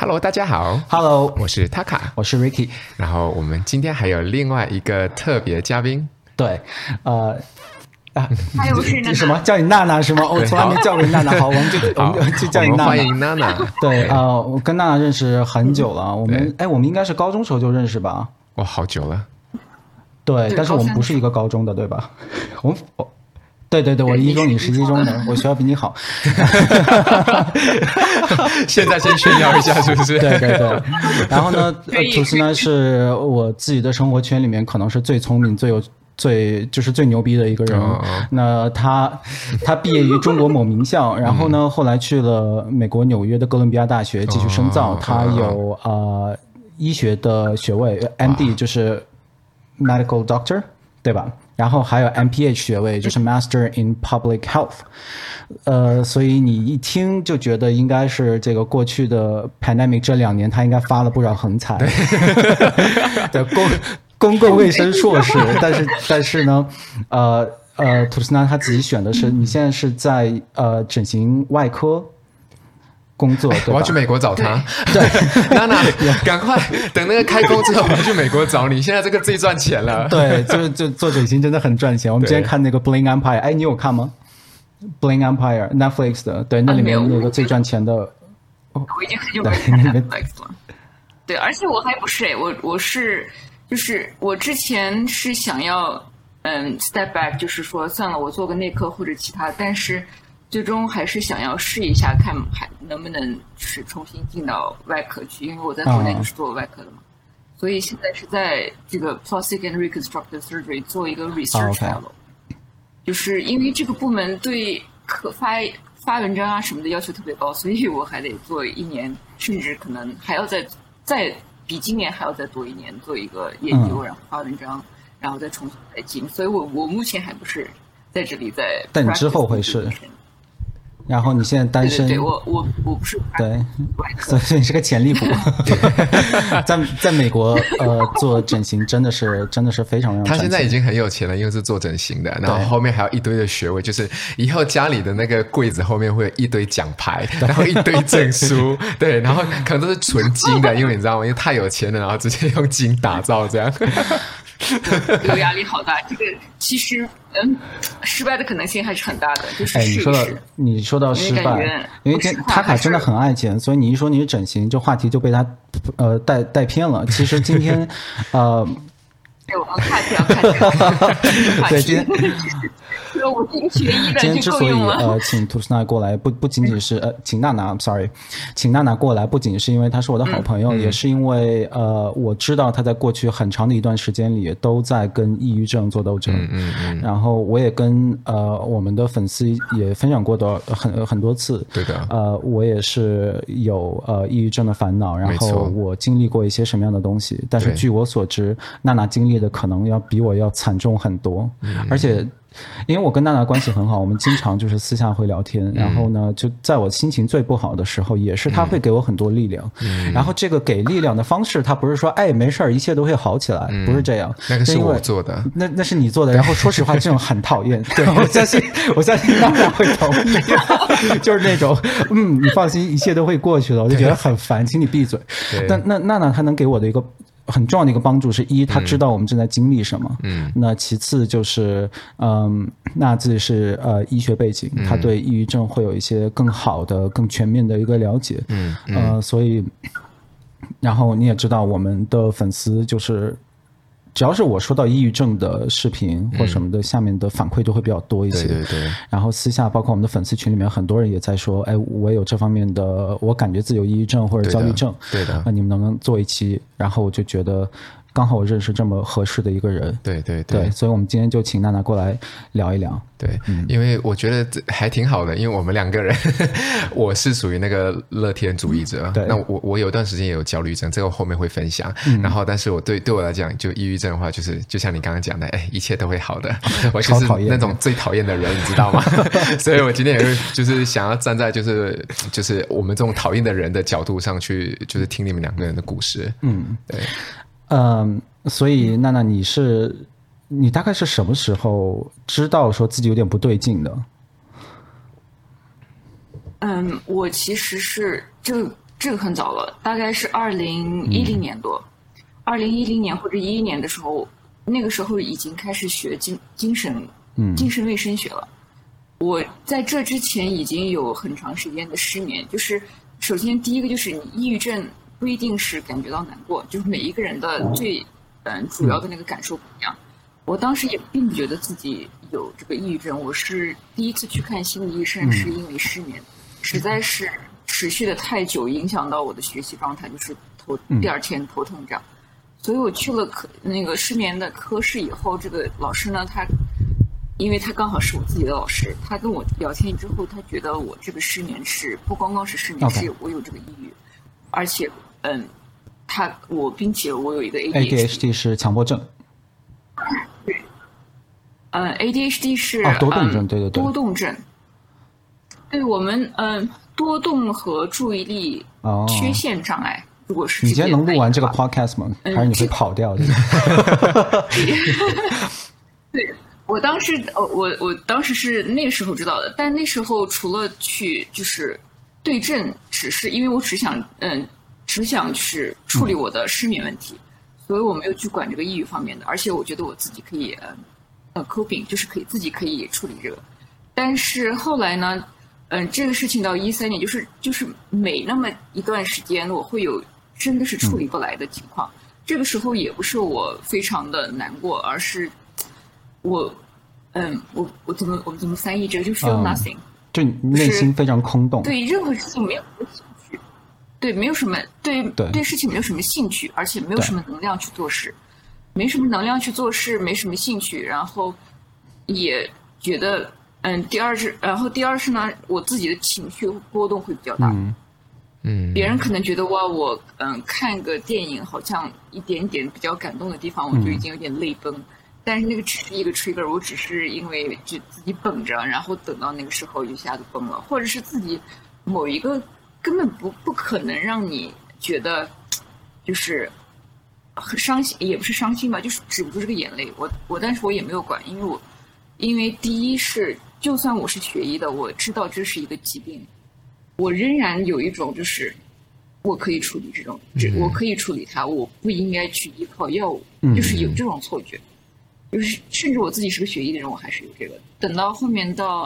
Hello， 大家好 Hello， 我是 Taka， 我是 Ricky。 然后我们今天还有另外一个特别嘉宾， 对， 还有是娜娜什么叫你娜娜是吗？我从来没叫过你娜娜。好，我们就叫你娜娜。 欢迎娜娜。 对，我跟娜娜认识很久了。我们应该是高中时候就认识吧？ 哇，好久了。 对，但是我们不是一个高中的，对吧？对，我一中，你十七中的，我学校比你好。 现在先炫耀一下，是不是？ 对。然后呢，吐司呢是我自己的生活圈里面可能是最聪明、最牛逼的一个人。那他毕业于中国某名校，然后呢，后来去了美国纽约的哥伦比亚大学继续深造。他有医学的学位 ，MD 就是 Medical Doctor， 对吧？然后还有 MPH 学位，就是 Master in Public Health。所以你一听就觉得应该是这个过去的 pandemic 这2年他应该发了不少横财。对，公共卫生硕士，但是呢，吐司呢他自己选的是，你现在是在整形外科工作，对吧？ 我要去美国找他。 对， 娜娜，赶快等那个开工之后，我要去美国找你。现在这个最赚钱了。 对，就做整形真的很赚钱。我们之前看那个 Bling Empire， 哎，你有看吗？ Bling Empire Netflix 的，对，那里面那个最赚钱的。 我已经很久没看 Netflix 了。对，而且我还不是我是就是我之前是想要step back， 就是说算了，我做个内科或者其他，但是最终还是想要试一下，看还能不能是重新进到外科去，因为我在国内就是做外科的嘛。所以现在是在这个 Plastic and Reconstructive Surgery 做一个 research fellow，就是因为这个部门对发文章啊什么的要求特别高，所以我还得做1年，甚至可能还要再比今年还要再多1年做一个研究，然后发文章，然后再重新再进。所以我目前还不是在这里在， 但你之后会是。然后你现在单身， 对，我不是， 对，所以你是个潜力股。在美国做整形真的是非常他现在已经很有钱了，因为是做整形的，然后后面还有一堆的学位，就是以后家里的那个柜子后面会有一堆奖牌，然后一堆证书，对，然后可能都是纯金的，因为你知道吗？因为太有钱了，然后直接用金打造这样。 这个压力好大，这个其实失败的可能性还是很大的。就是你说到失败，因为塔卡真的很爱钱，所以你一说你是整形，这话题就被他带偏了。其实今天对，我们看对，今天我这个学医的今天之所以请吐司娜过来，不仅仅是请娜娜 ，sorry， 请娜娜过来，不仅是因为她是我的好朋友，也是因为我知道她在过去很长的一段时间里都在跟抑郁症做斗争。然后我也跟我们的粉丝也分享过的很多次。对的。我也是有抑郁症的烦恼，然后我经历过一些什么样的东西，但是据我所知，娜娜经历的可能要比我要惨重很多，而且。因为我跟娜娜关系很好，我们经常就是私下会聊天，然后呢，就在我心情最不好的时候，也是她会给我很多力量。然后这个给力量的方式，她不是说哎没事儿，一切都会好起来，不是这样。 那个是我做的， 那是你做的。然后说实话，这种很讨厌。对，我相信娜娜会同意，就是那种你放心，一切都会过去的，我就觉得很烦，请你闭嘴。但那娜娜她能给我的一个很重要的一个帮助是一，他知道我们正在经历什么。那其次就是，那自己是医学背景，他对抑郁症会有一些更好的、更全面的一个了解。所以，然后你也知道，我们的粉丝就是。只要是我说到抑郁症的视频或什么的，下面的反馈都会比较多一些。对。然后私下包括我们的粉丝群里面，很多人也在说，哎，我有这方面的，我感觉自己有抑郁症或者焦虑症。对的。你们能不能做一期？然后我就觉得。刚好我认识这么合适的一个人，对，所以我们今天就请娜娜过来聊一聊。 对，因为我觉得还挺好的，因为我们2个人，我是属于那个乐天主义者，那我有段时间也有焦虑症，这个我后面会分享。然后，但是我对我来讲，就抑郁症的话，就像你刚刚讲的，哎，一切都会好的。我就是那种最讨厌的人，你知道吗？所以我今天也是就是想要站在就是我们这种讨厌的人的角度上去，就是听你们2个人的故事。对。 所以娜娜，你大概是什么时候知道说自己有点不对劲的？ 我其实是就这个很早了，大概是2010年多，2010年或者2011年的时候，那个时候已经开始学精神卫生学了。我在这之前已经有很长时间的失眠，就是首先第一个就是你抑郁症不一定是感觉到难过，就是每一个人的最主要的那个感受不一样。我当时也并不觉得自己有这个抑郁症，我是第一次去看心理医生是因为失眠，实在是持续的太久，影响到我的学习状态，就是第二天头痛这样。所以我去了那个失眠的科室以后，这个老师呢，因为他刚好是我自己的老师，他跟我聊天之后，他觉得我这个失眠是不光光是失眠，是我有这个抑郁，而且并且我有一个 ADHD 是强迫症。 对，ADHD 是多动症，对， 多动症。对我们多动和注意力缺陷障碍，如果是你今天能录完这个 podcast 吗？还是你会跑掉的？ 对，我当时是那个时候知道的，但那时候除了去就是对症，只是因为我只想就是处理我的失眠问题。所以我没有去管这个抑郁方面的，而且我觉得我自己可以coping， 就是自己可以处理这个。但是后来呢，这个事情到2013年，就是每那么一段时间，我会有真的是处理不来的情况。这个时候也不是我非常的难过，而是我怎么翻译这个，就 feel nothing， 就内心非常空洞， 对任何事情没有兴趣。对，没有什么对事情没有什么兴趣，而且没有什么能量去做事，没什么能量去做事，没什么兴趣，然后也觉得第二是呢，我自己的情绪波动会比较大。别人可能觉得我看个电影好像一点点比较感动的地方，我就已经有点泪崩，但是那个只是一个 trigger， 我只是因为就自己绷着，然后等到那个时候一下子崩了，或者是自己某一个根本不可能让你觉得就是很伤心，也不是伤心吧，就是止不住这个眼泪。但是我也没有管，因为第一是，就算我是学医的，我知道这是一个疾病，我仍然有一种就是我可以处理我可以处理它，我不应该去依靠药物，就是有这种错觉。就是甚至我自己是个学医的人，我还是有这个。等到后面到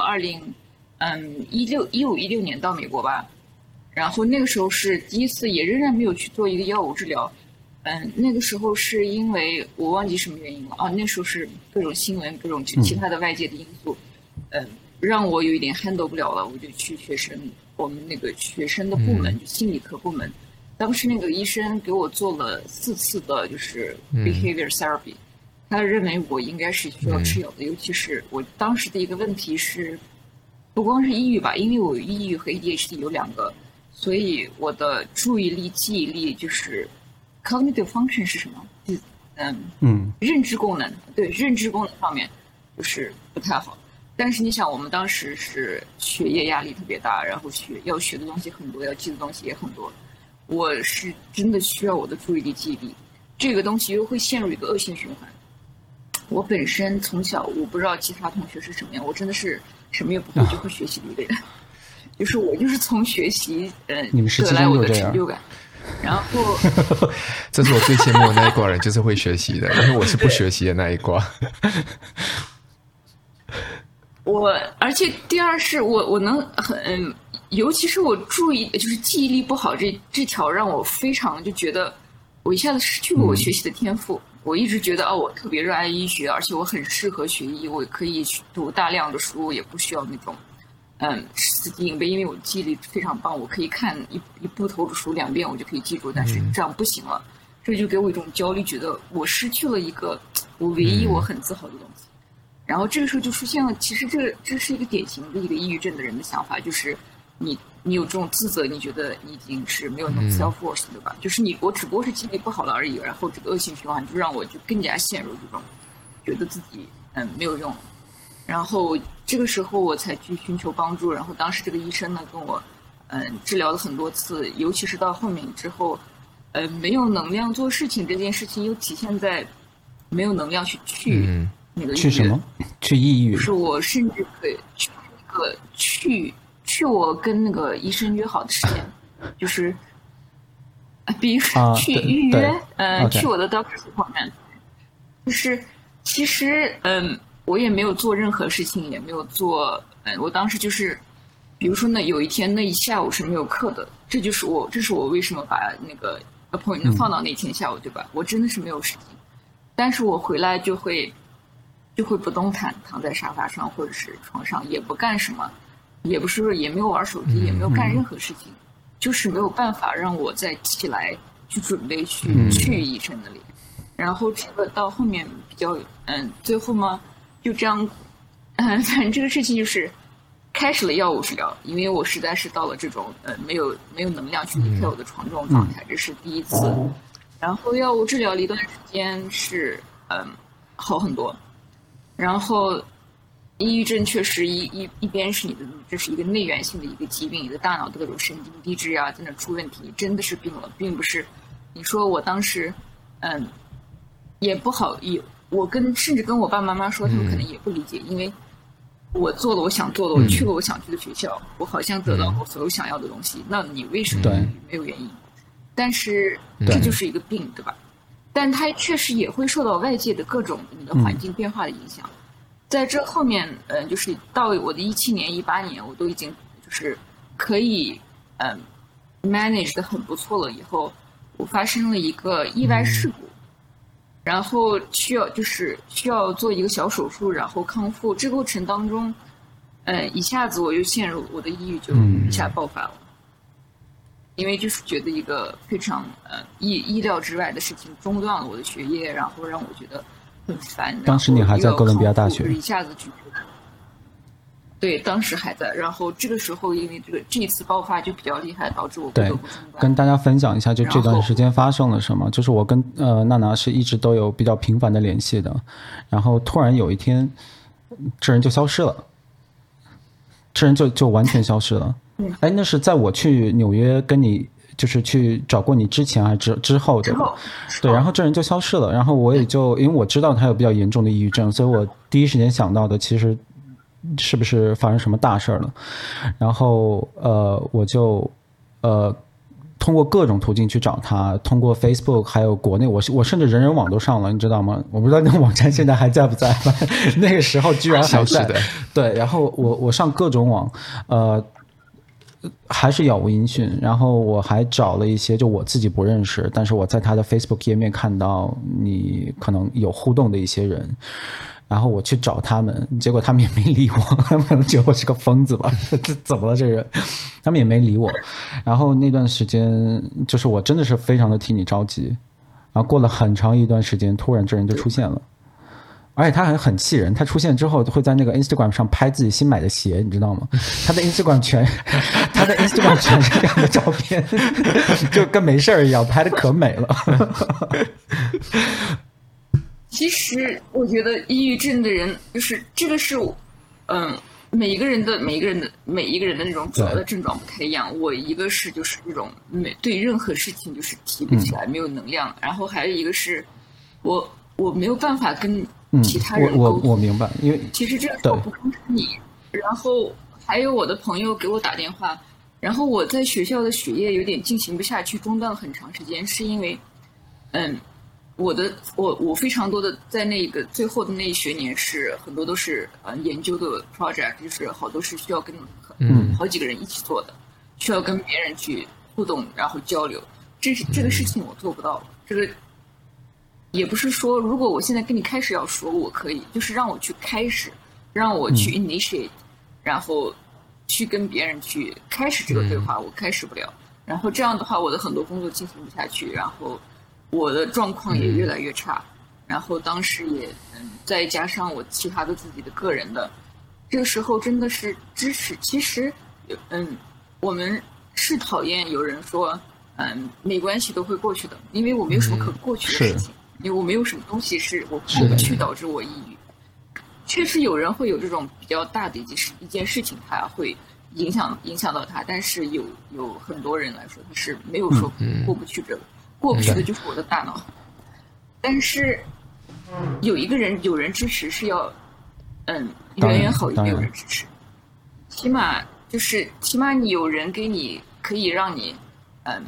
2015-16年到美国吧。然后那个时候是第一次，也仍然没有去做一个药物治疗。那个时候是因为我忘记什么原因了那时候是各种新闻、各种其他的外界的因素，让我有一点 handle 不了了，我就去我们那个学生的部门，就心理科部门。当时那个医生给我做了4次的就是 behavior therapy，他认为我应该是需要吃药的，尤其是我当时的一个问题是，不光是抑郁吧，因为我抑郁和 ADHD 有2个。所以我的注意力、记忆力就是 cognitive function 是什么？认知功能，对，认知功能方面就是不太好。但是你想，我们当时是学业压力特别大，然后要学的东西很多，要记的东西也很多。我是真的需要我的注意力、记忆力，这个东西又会陷入一个恶性循环。我本身从小，我不知道其他同学是什么样，我真的是什么也不会就会学习的一个人。就是我就是从学习得来我的成就感，然后这是我最羡慕的那一挂人，就是会学习的，因为我是不学习的那一挂。 而且第二是我能尤其是我注意就是记忆力不好这条让我非常就觉得我一下子失去了我学习的天赋。我一直觉得我特别热爱医学，而且我很适合学医，我可以读大量的书，也不需要那种死记硬背，因为我记忆力非常棒，我可以看一部头的书2遍我就可以记住，但是这样不行了，这就给我一种焦虑，觉得我失去了一个我唯一我很自豪的东西。然后这个时候就出现了，其实这是一个典型的一个抑郁症的人的想法，就是你有这种自责，你觉得你已经是没有那种 self worth 对吧？就是我只不过是记忆力不好了而已，然后这个恶性循环就让我就更加陷入这种觉得自己没有用。然后这个时候我才去寻求帮助，然后当时这个医生呢跟我治疗了很多次，尤其是到后面之后没有能量做事情这件事情又体现在没有能量去那个去什么去抑郁， 是我甚至可以去那个去我跟那个医生约好的时间，就是比如说去预约，去我的 doctor's appointment， 就是其实我也没有做任何事情，也没有做，我当时就是，比如说呢，有一天那一下午是没有课的，这是我为什么把那个 appointment 放到那天下午，对吧？我真的是没有事情，但是我回来就会不动弹，躺在沙发上或者是床上，也不干什么，也没有玩手机，也没有干任何事情，就是没有办法让我再起来去准备去医生那里。然后这个到后面比较最后嘛就这样，反正这个事情就是开始了药物治疗，因为我实在是到了这种没有能量去离开我的床这种状态，这是第一次。然后药物治疗了一段时间是好很多，然后抑郁症确实一边是这是一个内源性的一个疾病，你的大脑的各种神经递质啊在那出问题，真的是病了，并不是你说我当时也不好，我甚至跟我爸爸妈妈说，他们可能也不理解，因为我做了我想做的，我去了我想去的学校，我好像得到我所有想要的东西，那你为什么没有原因？但是这就是一个病，对吧？但它确实也会受到外界的各种你的环境变化的影响。在这后面，就是到我的17年、18年，我都已经就是可以manage 的很不错了。以后我发生了一个意外事故。然后需要做一个小手术，然后康复。这个过程当中，一下子我又陷入我的抑郁，就一下爆发了。因为就是觉得一个非常意料之外的事情中断了我的学业，然后让我觉得很烦。 当时你还在哥伦比亚大学， 一下子就对，当时还在。然后这个时候，因为这一次爆发就比较厉害，导致我不得不中断。 跟大家分享一下，就这段时间发生了什么。就是我跟娜娜是一直都有比较频繁的联系的，然后突然有一天，这人就消失了，这人就完全消失了。哎，那是在我去纽约跟你就是去找过你之前还是之后对吧？对，然后这人就消失了，然后我也就因为我知道他有比较严重的抑郁症，所以我第一时间想到的其实是不是发生什么大事了。然后我就通过各种途径去找他，通过 Facebook 还有国内，我甚至人人网都上了，你知道吗？我不知道那个网站现在还在不在吧？那个时候居然还在。对，然后我上各种网，还是杳无音讯。然后我还找了一些就我自己不认识，但是我在他的 Facebook 页面看到你可能有互动的一些人，然后我去找他们，结果他们也没理我，他们可能觉得我是个疯子吧，这怎么了这人？他们也没理我。然后那段时间就是我真的是非常的替你着急，然后过了很长一段时间，突然这人就出现了。而且他还很气人，他出现之后会在那个 Instagram 上拍自己新买的鞋，你知道吗？他的 Instagram 全是这样的照片，就跟没事一样，拍的可美了。 其实我觉得抑郁症的人，就是这个是每一个人的那种主要的症状不太一样。我一个是就是这种对任何事情就是提不起来，没有能量。然后还有一个是我没有办法跟其他人沟通。 我明白，因为其实这个时候不光是你，然后还有我的朋友给我打电话，然后我在学校的学业有点进行不下去，中断了很长时间，是因为我非常多的在那个最后的那一学年是很多都是研究的 project， 就是好多是需要跟好几个人一起做的，需要跟别人去互动然后交流，这个事情我做不到。这个也不是说如果我现在跟你开始要说我可以，就是让我去开始，让我去 initiate，然后去跟别人去开始这个对话，我开始不了。然后这样的话我的很多工作进行不下去，然后我的状况也越来越差，然后当时也再加上我其他的自己的个人的，这个时候真的是支持。其实我们是讨厌有人说没关系都会过去的，因为我没有什么可过去的事情，因为我没有什么东西是我过不去导致我抑郁。确实有人会有这种比较大的一件事情，它会影响到他，但是有很多人来说他是没有说过不去这个。过不去的就是我的大脑，但是有人支持是要远远好于没有人支持，起码你有人给你可以让你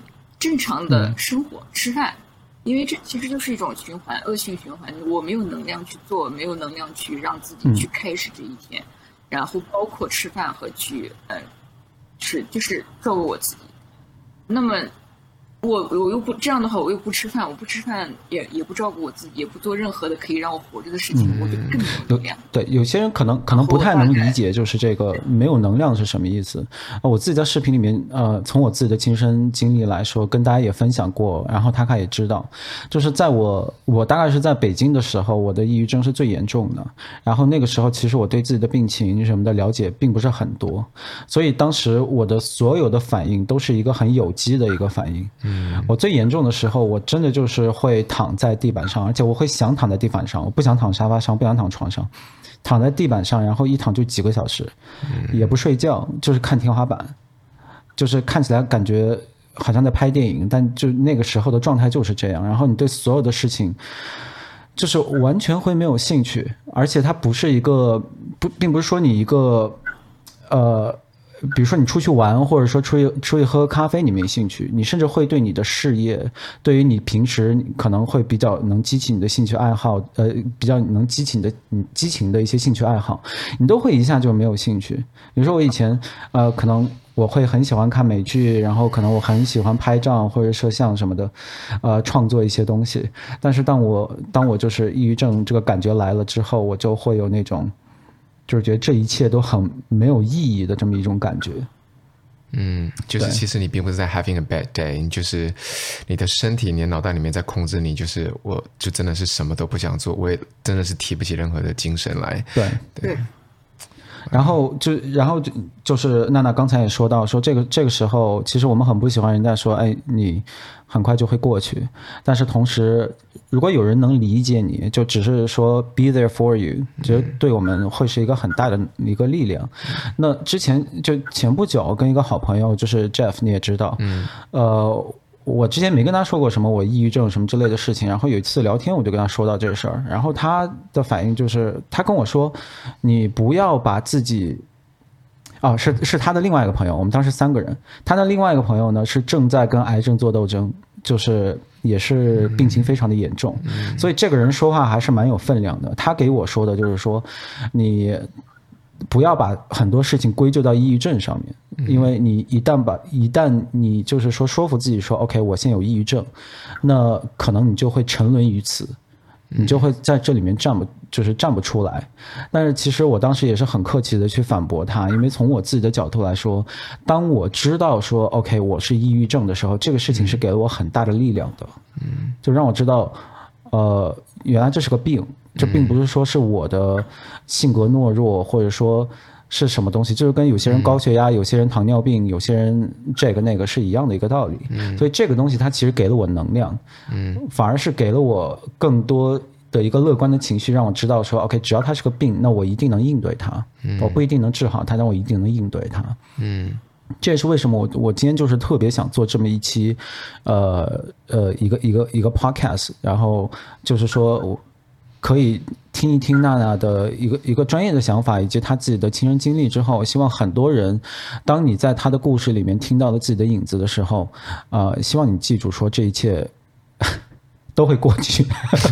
正常的生活吃饭，因为这其实就是一种循环，恶性循环。我没有能量去做，没有能量去让自己去开始这一天，然后包括吃饭和去就是照顾我自己。那么我又不这样的话，我又不吃饭，我不吃饭也不照顾我自己，也不做任何的可以让我活着的事情，我就更没有能量。 对，有些人可能不太能理解，就是这个没有能量是什么意思。我自己在视频里面，从我自己的亲身经历来说，跟大家也分享过，然后他也知道，就是在我大概是在北京的时候，我的抑郁症是最严重的。然后那个时候，其实我对自己的病情什么的了解并不是很多，所以当时我的所有的反应都是一个很有机的一个反应。我最严重的时候，我真的就是会躺在地板上，而且我会想躺在地板上，我不想躺沙发上，不想躺床上，躺在地板上，然后一躺就几个小时，也不睡觉，就是看天花板，就是看起来感觉好像在拍电影，但就那个时候的状态就是这样。然后你对所有的事情就是完全会没有兴趣，而且它不是一个并不是说你一个比如说你出去玩，或者说出去喝咖啡你没兴趣，你甚至会对你的事业，对于你平时可能会比较能激起你的兴趣爱好，比较能激起你激情的一些兴趣爱好，你都会一下就没有兴趣。比如说我以前可能我会很喜欢看美剧，然后可能我很喜欢拍照或者摄像什么的，创作一些东西。但是当我就是抑郁症这个感觉来了之后，我就会有那种就是觉得这一切都很没有意义的这么一种感觉。 就是其实你并不是在 having a bad day， 就是你的身体你的脑袋里面在控制你，就是我就真的是什么都不想做，我也真的是提不起任何的精神来。 对。然后就是娜娜刚才也说到说这个时候其实我们很不喜欢人家说你很快就会过去，但是同时如果有人能理解你，就只是说 be there for you， 觉得对我们会是一个很大的一个力量。那之前就前不久跟一个好朋友就是 Jeff 你也知道，我之前没跟他说过什么我抑郁症什么之类的事情，然后有一次聊天我就跟他说到这个事儿，然后他的反应就是他跟我说你不要把自己是他的另外一个朋友，我们当时3个人，他的另外一个朋友呢是正在跟癌症做斗争，就是也是病情非常的严重，所以这个人说话还是蛮有分量的。他给我说的就是说你不要把很多事情归咎到抑郁症上面，因为你一旦你就是说服自己说 OK 我现在有抑郁症，那可能你就会沉沦于此，你就会在这里面站不出来。但是其实我当时也是很客气的去反驳他，因为从我自己的角度来说，当我知道说 OK 我是抑郁症的时候，这个事情是给了我很大的力量的，就让我知道原来这是个病，这并不是说是我的性格懦弱，或者说是什么东西，就是跟有些人高血压，有些人糖尿病，有些人这个那个是一样的一个道理。所以这个东西它其实给了我能量，反而是给了我更多的一个乐观的情绪，让我知道说 OK 只要它是个病，那我一定能应对它，我不一定能治好它，但我一定能应对它。这也是为什么我今天就是特别想做这么一期一个 podcast， 然后就是说我可以听一听娜娜的一个专业的想法以及她自己的亲身经历之后，希望很多人当你在她的故事里面听到了自己的影子的时候，希望你记住说这一切都会过去。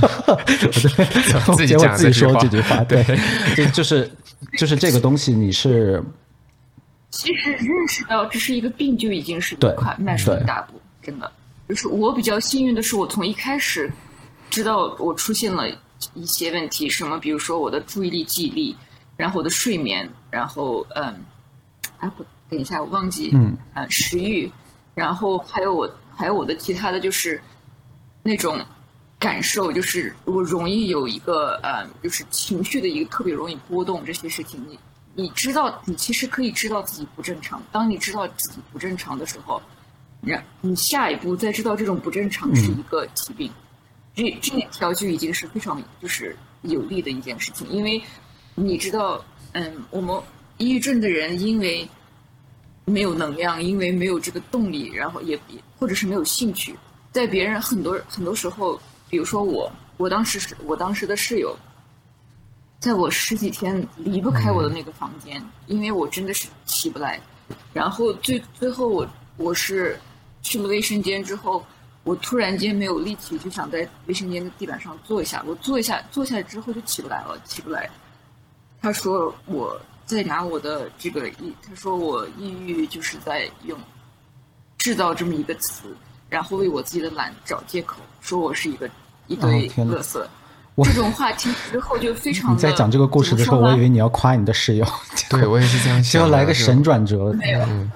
自己讲自己说这句话，对，就是这个东西你是。 其实认识到这是一个病就已经是迈出一大步，真的。就是我比较幸运的是，我从一开始知道我出现了一些问题，什么比如说我的注意力、记忆力，然后我的睡眠，然后等一下我忘记食欲，然后还有我的其他的就是那种感受，就是我容易有一个就是情绪的一个特别容易波动，这些事情你知道，你其实可以知道自己不正常。当你知道自己不正常的时候，你下一步再知道这种不正常是一个疾病，这一条就已经是非常就是有利的一件事情。因为你知道，我们抑郁症的人因为没有能量，因为没有这个动力，然后也或者是没有兴趣，在别人很多时候，比如说我当时的室友。在我10几天离不开我的那个房间，因为我真的是起不来。然后最后我是去了卫生间之后，我突然间没有力气，就想在卫生间的地板上坐一下。我坐下来之后就起不来。他说我在拿我的这个他说我抑郁就是在用制造这么一个词，然后为我自己的懒找借口，说我是一堆垃圾。这种话听之后就非常的。 你在讲这个故事的时候，我以为你要夸你的室友。 对，我也是这样想。 就来个神转折。 没有。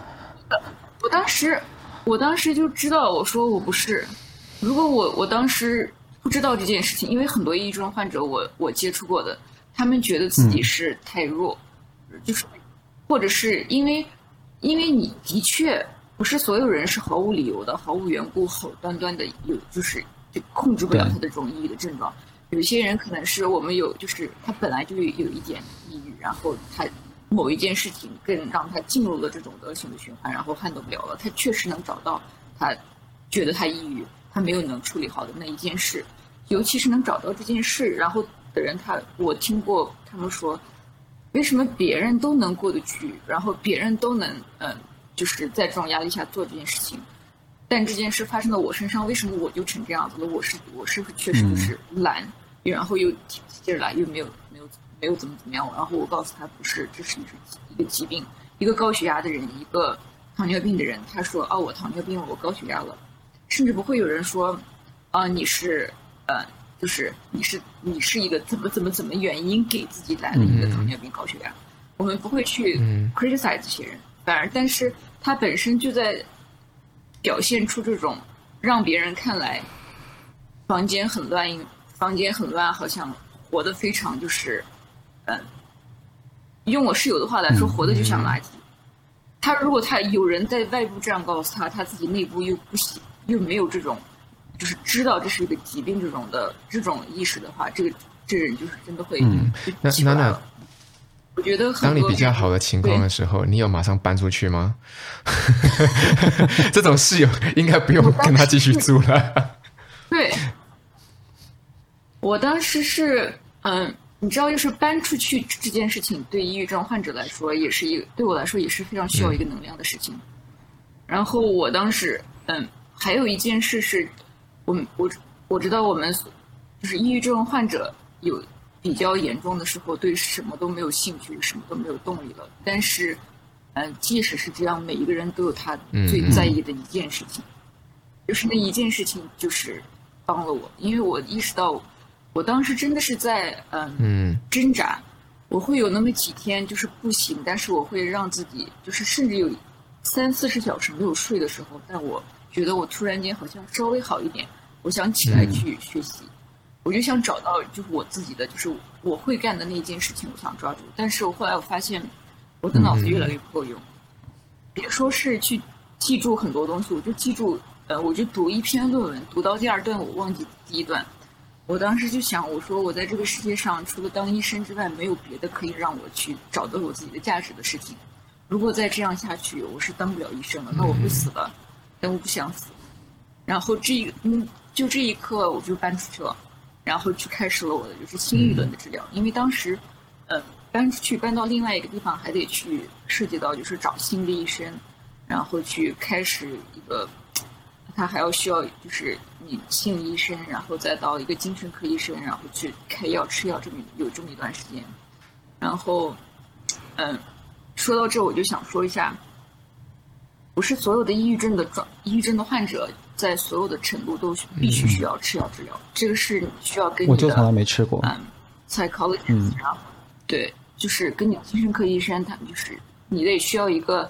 我当时就知道，我说我不是。如果我当时不知道这件事情，因为很多抑郁症患者我接触过的，他们觉得自己是太弱，就是或者是因为你的确不是所有人是毫无理由的、毫无缘故、好端端的就控制不了他的这种抑郁的症状。有些人可能是我们就是他本来就有一点抑郁，然后他某一件事情更让他进入了这种恶性的循环，然后撼动不了了。他确实能找到他觉得他抑郁，他没有能处理好的那一件事，尤其是能找到这件事，然后的人我听过他们说，为什么别人都能过得去，然后别人都能就是在这种压力下做这件事情，但这件事发生到我身上，为什么我就成这样子了？我是确实就是懒，然后又提不起劲来，又没有怎么样。然后我告诉他不是，这是一个疾病，一个高血压的人，一个糖尿病的人，他说我糖尿病了，我高血压了，甚至不会有人说你是就是你是一个怎么原因给自己来了一个糖尿病高血压，我们不会去 criticize 这些人，反而但是他本身就在表现出这种让别人看来房间很乱，好像活得非常就是用我室友的话来说，活得就像垃圾。如果他有人在外部这样告诉他，他自己内部又不喜，又没有这种就是知道这是一个疾病这种意识的话，这人就是真的会那我觉得当你比较好的情况的时候，你有马上搬出去吗？这种室友应该不用跟他继续住了。 对，我当时是你知道，就是搬出去这件事情，对抑郁症患者来说，对我来说也是非常需要一个能量的事情。然后我当时还有一件事是，我知道我们就是抑郁症患者有比较严重的时候，对什么都没有兴趣，什么都没有动力了。但是即使是这样，每一个人都有他最在意的一件事情，就是那一件事情就是帮了我，因为我意识到我当时真的是在挣扎，我会有那么几天就是不行，但是我会让自己就是甚至有30-40小时没有睡的时候，但我觉得我突然间好像稍微好一点，我想起来去学习，我就想找到就是我自己的就是我会干的那一件事情，我想抓住。但是后来我发现我的脑子越来越不够用，别说是去记住很多东西，我就记住我就读一篇论文，读到第2段我忘记第1段。我当时就想，我说我在这个世界上除了当医生之外，没有别的可以让我去找到我自己的价值的事情。如果再这样下去，我是当不了医生了，那我会死了，但我不想死。然后就这一刻我就搬出去了，然后去开始了我的就是心理论的治疗。因为当时搬到另外一个地方，还得去涉及到就是找心理医生，然后去开始一个他还要需要就是你心理医生，然后再到一个精神科医生，然后去开药吃药，有这么一段时间。然后说到这我就想说一下，不是所有的抑郁症的患者在所有的程度都必须需要吃药治疗，这个是你需要跟你的我就从来没吃过 psychologist，然后对，就是跟你精神科医生，他们就是你得需要一个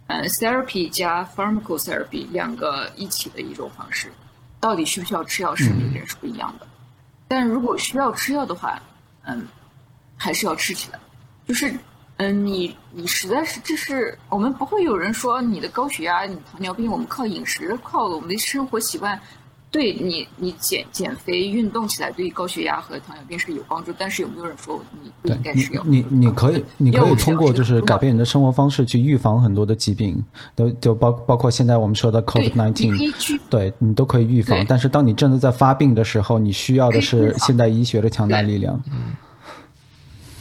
therapy 加 pharmacotherapy 2个一起的一种方式。到底需不需要吃药是每个人是不一样的，但如果需要吃药的话，还是要吃起来。就是你实在是，这是我们不会有人说你的高血压、你糖尿病，我们靠饮食、靠我们的生活习惯，对你减肥、运动起来对高血压和糖尿病是有帮助，但是有没有人说你不应该吃药？ 你可以通过就是改变你的生活方式去预防很多的疾病，就包括现在我们说的 COVID-19， 对你都可以预防。但是当你真的在发病的时候，你需要的是现代医学的强大力量。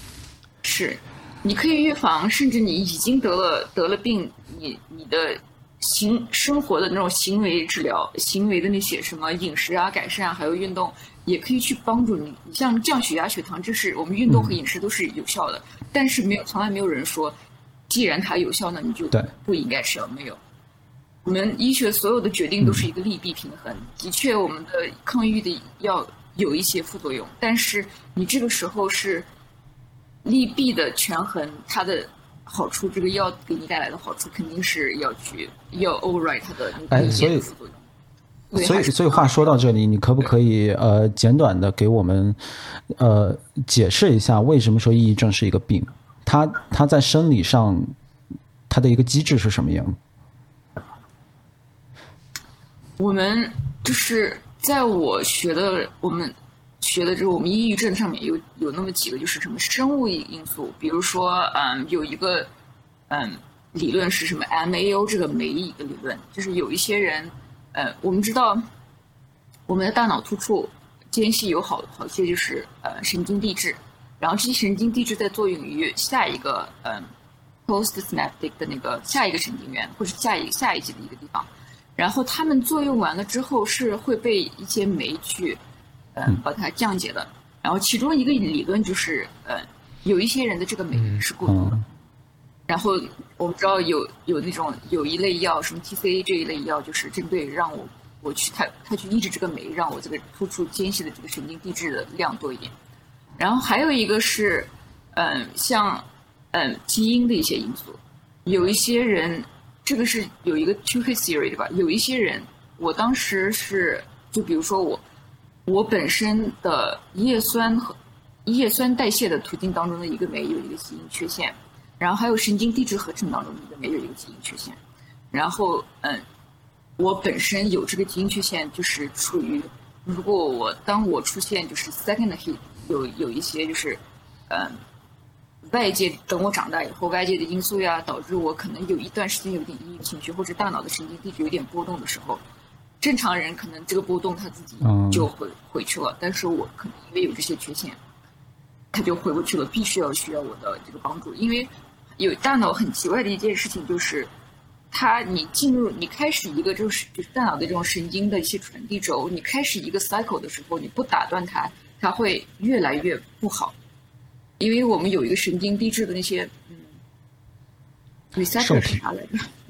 是，你可以预防，甚至你已经得了病，你的生活的那种行为治疗，行为的那些什么饮食啊、改善啊，还有运动，也可以去帮助你。像降血压、血糖，这是我们运动和饮食都是有效的，但是从来没有人说，既然它有效，那你就不应该吃了。没有，我们医学所有的决定都是一个利弊平衡。的确，我们的抗抑郁的药有一些副作用，但是你这个时候是利弊的权衡，它的好处，这个药给你带来的好处肯定是要 override 它的副作用。 所以话说到这里，你可不可以简短的给我们解释一下为什么说抑郁症是一个病？它在生理上它的一个机制是什么样？ 我们就是在我们学的就是我们抑郁症上面有那么几个，就是什么生物因素，比如说有一个理论是什么 MAO 这个酶一个理论，就是有一些人我们知道我们的大脑突触间隙有好些就是神经递质，然后这些神经递质在作用于下一个postsynaptic 的那个下一个神经元或者下一级的一个地方，然后它们作用完了之后是会被一些酶去把它降解的。然后其中一个理论就是有一些人的这个酶是过度的。然后我们知道有一类药，什么 TCA 这一类药，就是针对让我去它去抑制这个酶，让我这个突触间隙的这个神经递质的量多一点。然后还有一个是像基因的一些因素，有一些人这个是有一个 two-hit theory 对吧？有一些人，我当时是就比如说我本身的叶酸代谢的途径当中的一个酶有一个基因缺陷。然后还有神经递质合成当中的一个酶有一个基因缺陷，然后我本身有这个基因缺陷，就是处于如果当我出现就是 second hit 有一些就是外界等我长大以后外界的因素呀，导致我可能有一段时间有点抑郁情绪，或者大脑的神经递质有点波动的时候，正常人可能这个波动他自己就会回去了，但是我可能因为有这些缺陷，他就回不去了，必须需要我的这个帮助。因为有大脑很奇怪的一件事情，就是你开始一个就是大脑的这种神经的一些传递轴，你开始一个 cycle 的时候，你不打断它会越来越不好。因为我们有一个神经递质的那些receptor 是啥来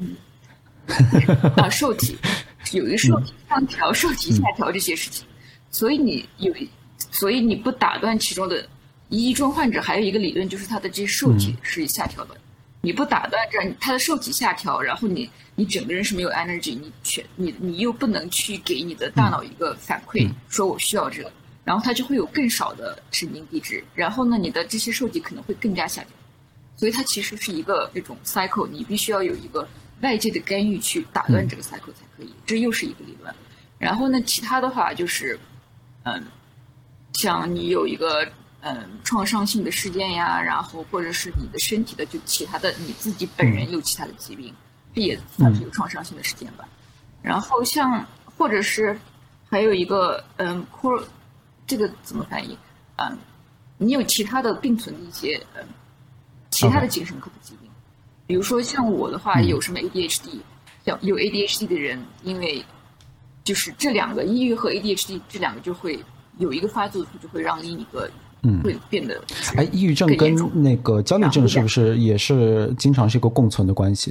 着？受体有一个受体上调、受体下调这些事情，所以你不打断其中的。抑郁症患者还有一个理论，就是他的这些受体是下调的，你不打断着他的受体下调，然后你整个人是没有 energy， 你又不能去给你的大脑一个反馈，说我需要这个，然后它就会有更少的神经递质，然后呢，你的这些受体可能会更加下调，所以它其实是一个那种 cycle， 你必须要有一个外界的干预去打断这个 cycle 才可以，这又是一个理论。然后呢，其他的话就是像你有一个创伤性的事件呀，然后或者是你的身体的就其他的你自己本人有其他的疾病，这也算是有创伤性的事件吧。然后像或者是还有一个core 这个怎么翻译？你有其他的并存的一些其他的精神科的疾病，比如说像我的话有什么 ADHD， 像有 ADHD 的人，因为就是这两个抑郁和 ADHD 这两个就会有一个发作就会让另一个会变得抑郁症跟那个焦虑症是不是也是经常是一个共存的关系？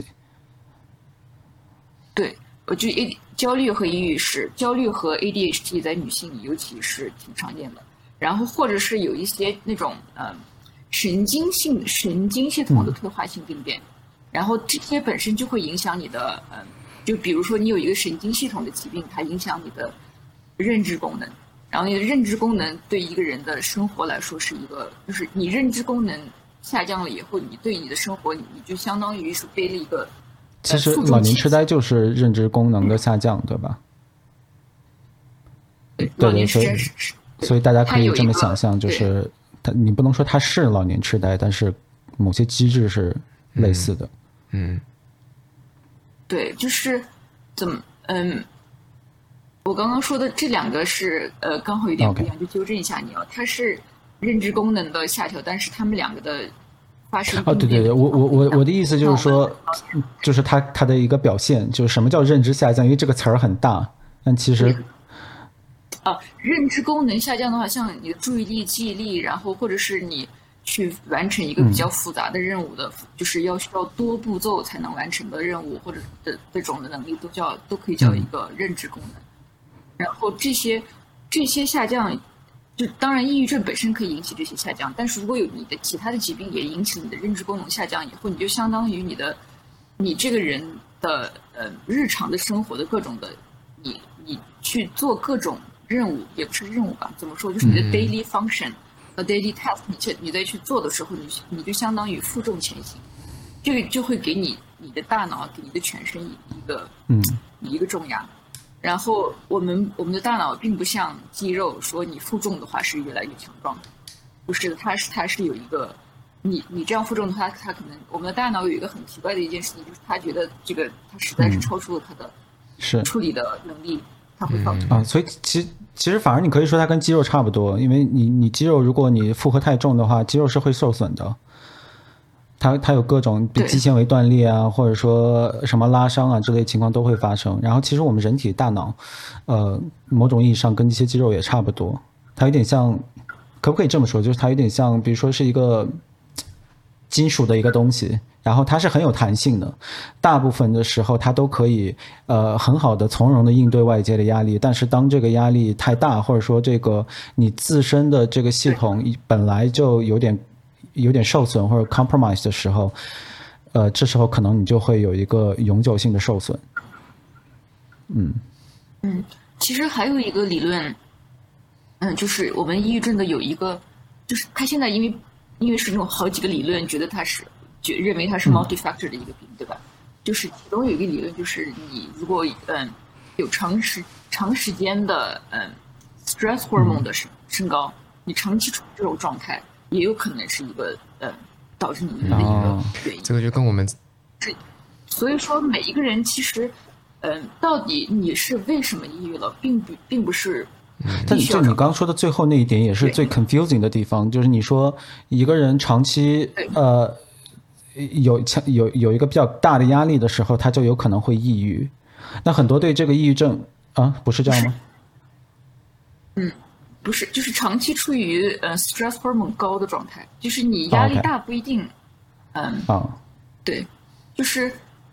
对，我觉得焦虑和抑郁焦虑和 ADHD 在女性里尤其是挺常见的。然后或者是有一些那种神经系统的退化性病变，然后这些本身就会影响你的就比如说你有一个神经系统的疾病，它影响你的认知功能。然后你的认知功能对一个人的生活来说是一个，就是你认知功能下降了以后，你对你的生活你就相当于是背了一个其实老年痴呆就是认知功能的下降，对吧？ 对，老年痴呆所以大家可以这么想象，就是你不能说它是老年痴呆，但是某些机制是类似的。 对，就是怎么我刚刚说的这两个是刚好有点不一样，就纠正一下你哦。它是认知功能的下调，但是他们两个的发生对，我的意思就是说，就是它的一个表现，就是什么叫认知下降？因为这个词儿很大，但其实认知功能下降的话，像你的注意力、记忆力，然后或者是你去完成一个比较复杂的任务的，就是需要多步骤才能完成的任务，或者的这种的能力，都可以叫一个认知功能。然后这些下降，就当然抑郁症本身可以引起这些下降，但是如果有你的其他的疾病也引起你的认知功能下降以后，你就相当于你这个人的日常的生活的各种的你去做各种任务，也不是任务吧？怎么说？就是你的 daily function 和 daily task， 你在去做的时候，你就相当于负重前行，这个就会给你的大脑给你的全身一个重压。然后我们的大脑并不像肌肉，说你负重的话是越来越强壮，不是的，它是有一个你这样负重的话，它可能我们的大脑有一个很奇怪的一件事情，就是它觉得这个它实在是超出了它的处理的能力，它会造成所以其实反而你可以说它跟肌肉差不多，因为你肌肉如果你负荷太重的话，肌肉是会受损的。它有各种肌纤维断裂啊，或者说什么拉伤啊之类情况都会发生。然后其实我们人体大脑，某种意义上跟这些肌肉也差不多。它有点像，可不可以这么说？就是它有点像，比如说是一个金属的一个东西，然后它是很有弹性的。大部分的时候它都可以很好的从容的应对外界的压力。但是当这个压力太大，或者说这个你自身的这个系统本来就有点受损或者 compromise 的时候，这时候可能你就会有一个永久性的受损。 其实还有一个理论，就是我们抑郁症的有一个，就是他现在因为是那种好几个理论，觉得他是认为它是 multi-factor 的一个病，对吧？就是其中有一个理论，就是你如果有长时间的stress hormone 的升高，你长期处于这种状态，也有可能是一个导致你抑郁的一个原因。 这个就跟我们所以说每一个人其实到底你是为什么抑郁了，并不是。 但就你刚刚说的最后那一点也是最 confusing 的地方，就是你说一个人长期有一个比较大的压力的时候，他就有可能会抑郁。那很多对这个抑郁症不是这样吗？ 不是，就是长期处于stress hormone 高的状态，就是你压力大不一定，对，就是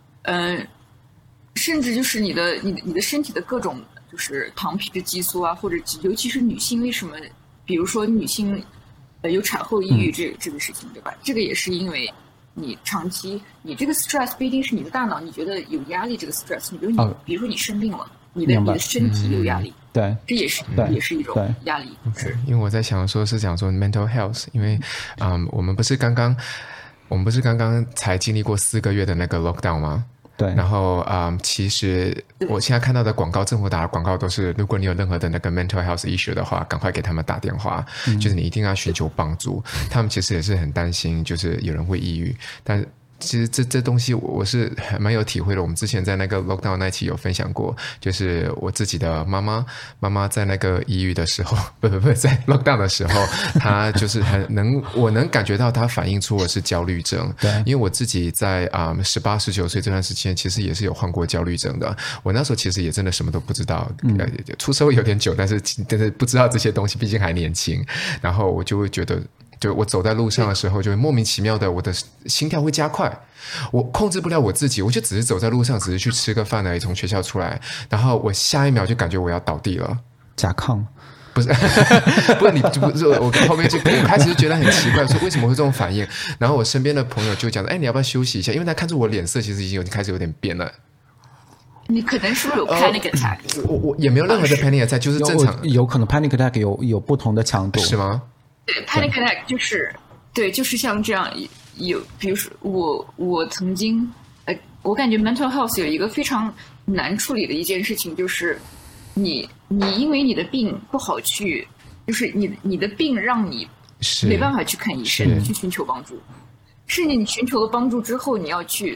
甚至就是你的身体的各种就是糖皮质激素啊，或者尤其是女性为什么，比如说女性有产后抑郁这个事情，对吧？这个也是因为你长期你这个 stress 不一定是你的大脑你觉得有压力，这个 stress， 你比如说你生病了，你的身体有压力。 对， 这也是一种压力。 是因为我在想说是讲说 mental health， 因为我们不是刚刚才经历过4个月的那个 lockdown 吗？ 对。 然后其实我现在看到的广告，政府打的广告都是，如果你有任何的那个 mental health issue 的话，赶快给他们打电话，就是你一定要寻求帮助。他们其实也是很担心，就是有人会抑郁，但其实这东西我是蛮有体会的。我们之前在那个 lockdown 那期有分享过，就是我自己的妈妈在那个抑郁的时候，不在 lockdown 的时候，她就是我能感觉到她反映出我是焦虑症。 对， 因为我自己在18、19岁这段时间，其实也是有患过焦虑症的。我那时候其实也真的什么都不知道，出社会有点久，但是不知道这些东西，毕竟还年轻。然后我就会觉得，就我走在路上的时候，就会莫名其妙的我的心跳会加快，我控制不了我自己，我就只是走在路上，只是去吃个饭而已，从学校出来，然后我下一秒就感觉我要倒地了， 甲亢。 不是你不是我后面我开始就觉得很奇怪，说为什么会这种反应？然后我身边的朋友就讲你要不要休息一下？因为他看出我脸色其实已经开始有点变了。 你可能是不是有 panic attack？ 我也没有任何的 panic attack，就是正常。 有可能 panic attack 有不同的强度， 是吗？ 对 ，panic attack 就是像这样有，比如说我曾经我感觉 mental health 有一个非常难处理的一件事情，就是你因为你的病不好去，就是你的病让你没办法去看医生去寻求帮助，甚至你寻求了帮助之后，你要去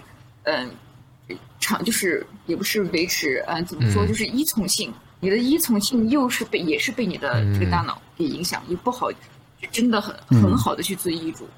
就是也不是维持怎么说，就是依从性，你的依从性也是被你的这个大脑给影响，也不好。真的很好的去做医嘱，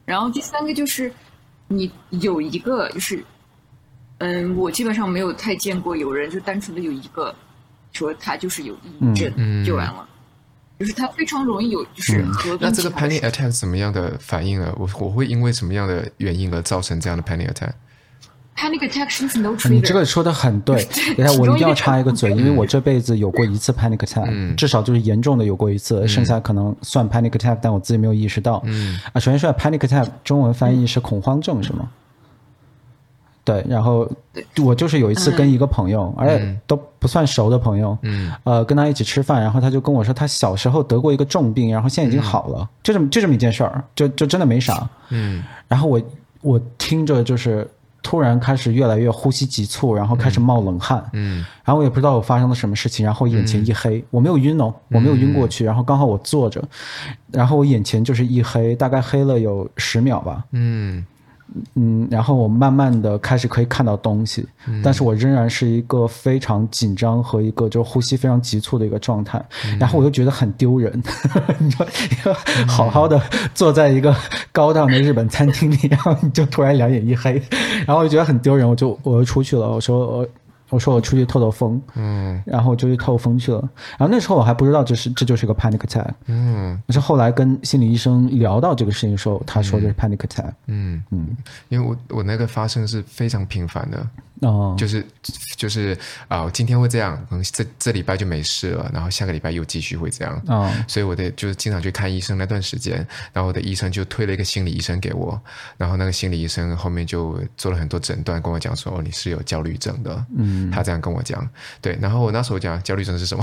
然后第三个就是你有一个就是，我基本上没有太见过有人就单纯的有一个说他就是有抑郁症就完了，就是他非常容易有就是那这个 panic attack 怎么样的反应呢？我会因为什么样的原因而造成这样的 panic attack？Panic attack 是 no trigger。 你这个说的很对，等下我一定要插一个嘴，因为我这辈子有过一次 panic attack，至少就是严重的有过一次，剩下可能算 panic attack，但我自己没有意识到。首先说 panic attack 中文翻译是恐慌症是吗？对，然后我就是有一次跟一个朋友，而且都不算熟的朋友，跟他一起吃饭，然后他就跟我说他小时候得过一个重病，然后现在已经好了，就这么一件事儿，就真的没啥。然后我听着就是突然开始越来越呼吸急促，然后开始冒冷汗，然后我也不知道我发生了什么事情，然后眼前一黑，我没有晕哦，我没有晕过去，然后刚好我坐着，然后我眼前就是一黑，大概黑了有10秒吧，然后我慢慢的开始可以看到东西，但是我仍然是一个非常紧张和一个就呼吸非常急促的一个状态，然后我又觉得很丢人，你说好好的坐在一个高档的日本餐厅里，然后你就突然两眼一黑，然后我就觉得很丢人，我又出去了，我说我出去透风，然后我就去透风去了。然后那时候我还不知道这就是个 panic attack，但是后来跟心理医生聊到这个事情的时候，他说这是 panic attack。 因为我那个发生是非常频繁的。就是今天会这样，可能这礼拜就没事了，然后下个礼拜又继续会这样，所以我就是经常去看医生那段时间，然后我的医生就推了一个心理医生给我，然后那个心理医生后面就做了很多诊断，跟我讲说你是有焦虑症的，他这样跟我讲，对，然后我那时候讲焦虑症是什么？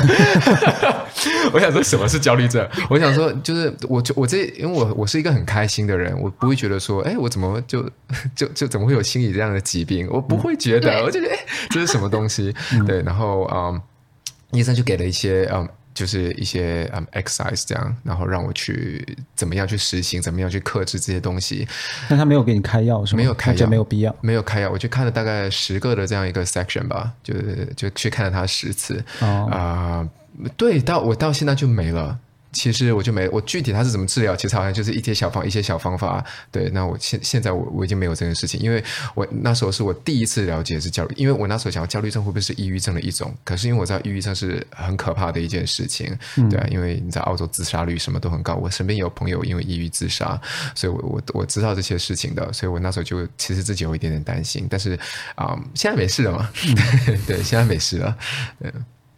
我想说什么是焦虑症？我想说就是因为我是一个很开心的人，我不会觉得说，我怎么就怎么会有心理这样的疾病？我不会觉得，我就觉得这是什么东西？对，然后医生就给了一些就是一些exercise 这样，然后让我去怎么样去实行，怎么样去克制这些东西。 但他没有给你开药是吗？ 没有开药， 没有必要， 没有开药。我就看了大概10个的这样一个 section 吧，就去看了他10次。对，我到现在就没了。其实我就没，我具体他是怎么治疗，其实好像就是一些小方法。对，那我现在我已经没有这件事情，因为我那时候是我第一次了解是焦虑，因为我那时候想要焦虑症会不会是抑郁症的一种，可是因为我知道抑郁症是很可怕的一件事情，对啊，因为你在澳洲自杀率什么都很高，我身边有朋友因为抑郁自杀，所以我知道这些事情的，所以我那时候就其实自己有一点点担心，但是现在没事了嘛，对，现在没事了，对。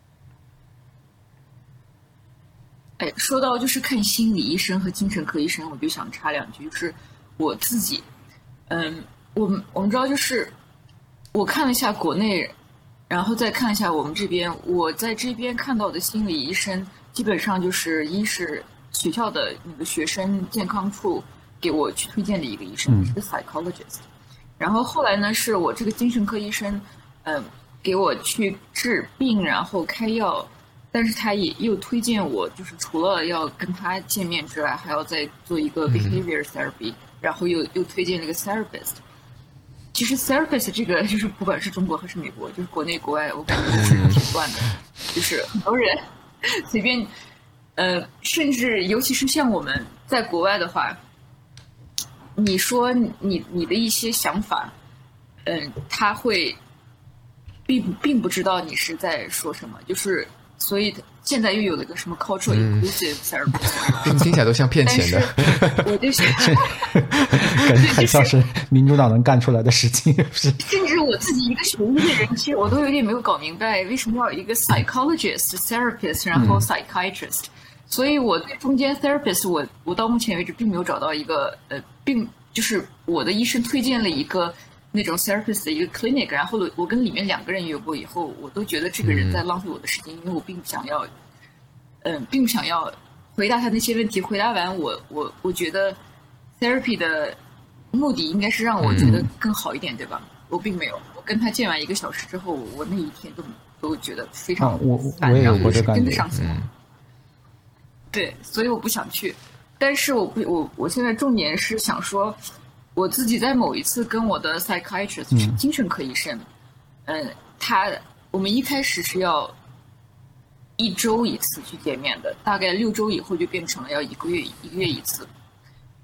说到就是看心理医生和精神科医生，我就想插2句，就是我自己，我们知道，就是我看了一下国内，然后再看一下我们这边，我在这边看到的心理医生，基本上就是一是学校的那个学生健康处给我去推荐的一个医生，是个 psychologist，然后后来呢是我这个精神科医生，给我去治病，然后开药。但是他也又推荐我，就是除了要跟他见面之外，还要再做一个 behavior therapy，然后又推荐了一个 therapist。其实 therapist 这个就是不管是中国还是美国，就是国内国外，我感觉是挺乱的，就是很多人随便，甚至尤其是像我们在国外的话，你说你的一些想法，他会并不知道你是在说什么，就是。所以现在又有了一个什么 cultural inclusive therapy， 听起来都像骗钱的。 我就想， 感觉很像是民主党能干出来的事情，是。 甚至我自己一个学医的人，其实我都有点没有搞明白，为什么要有一个 psychologist、therapist， 然后 psychiatrist。所以我对中间 therapist， 我到目前为止并没有找到一个并就是我的医生推荐了一个。那种 therapist 的一个 clinic， 然后我跟里面2个人约过以后，我都觉得这个人在浪费我的时间，因为我并不想要回答他那些问题。回答完我觉得 therapy 的目的应该是让我觉得更好一点，对吧？我并没有，我跟他见完1个小时之后，我那一天都觉得非常烦， 我也有过这感觉， 跟得上心。对，所以我不想去。但是我现在重点是想说。我自己在某一次跟我的 psychiatrist， 就是精神科医生，我们一开始是要1周1次去见面的，大概6周以后就变成了要1个月1次。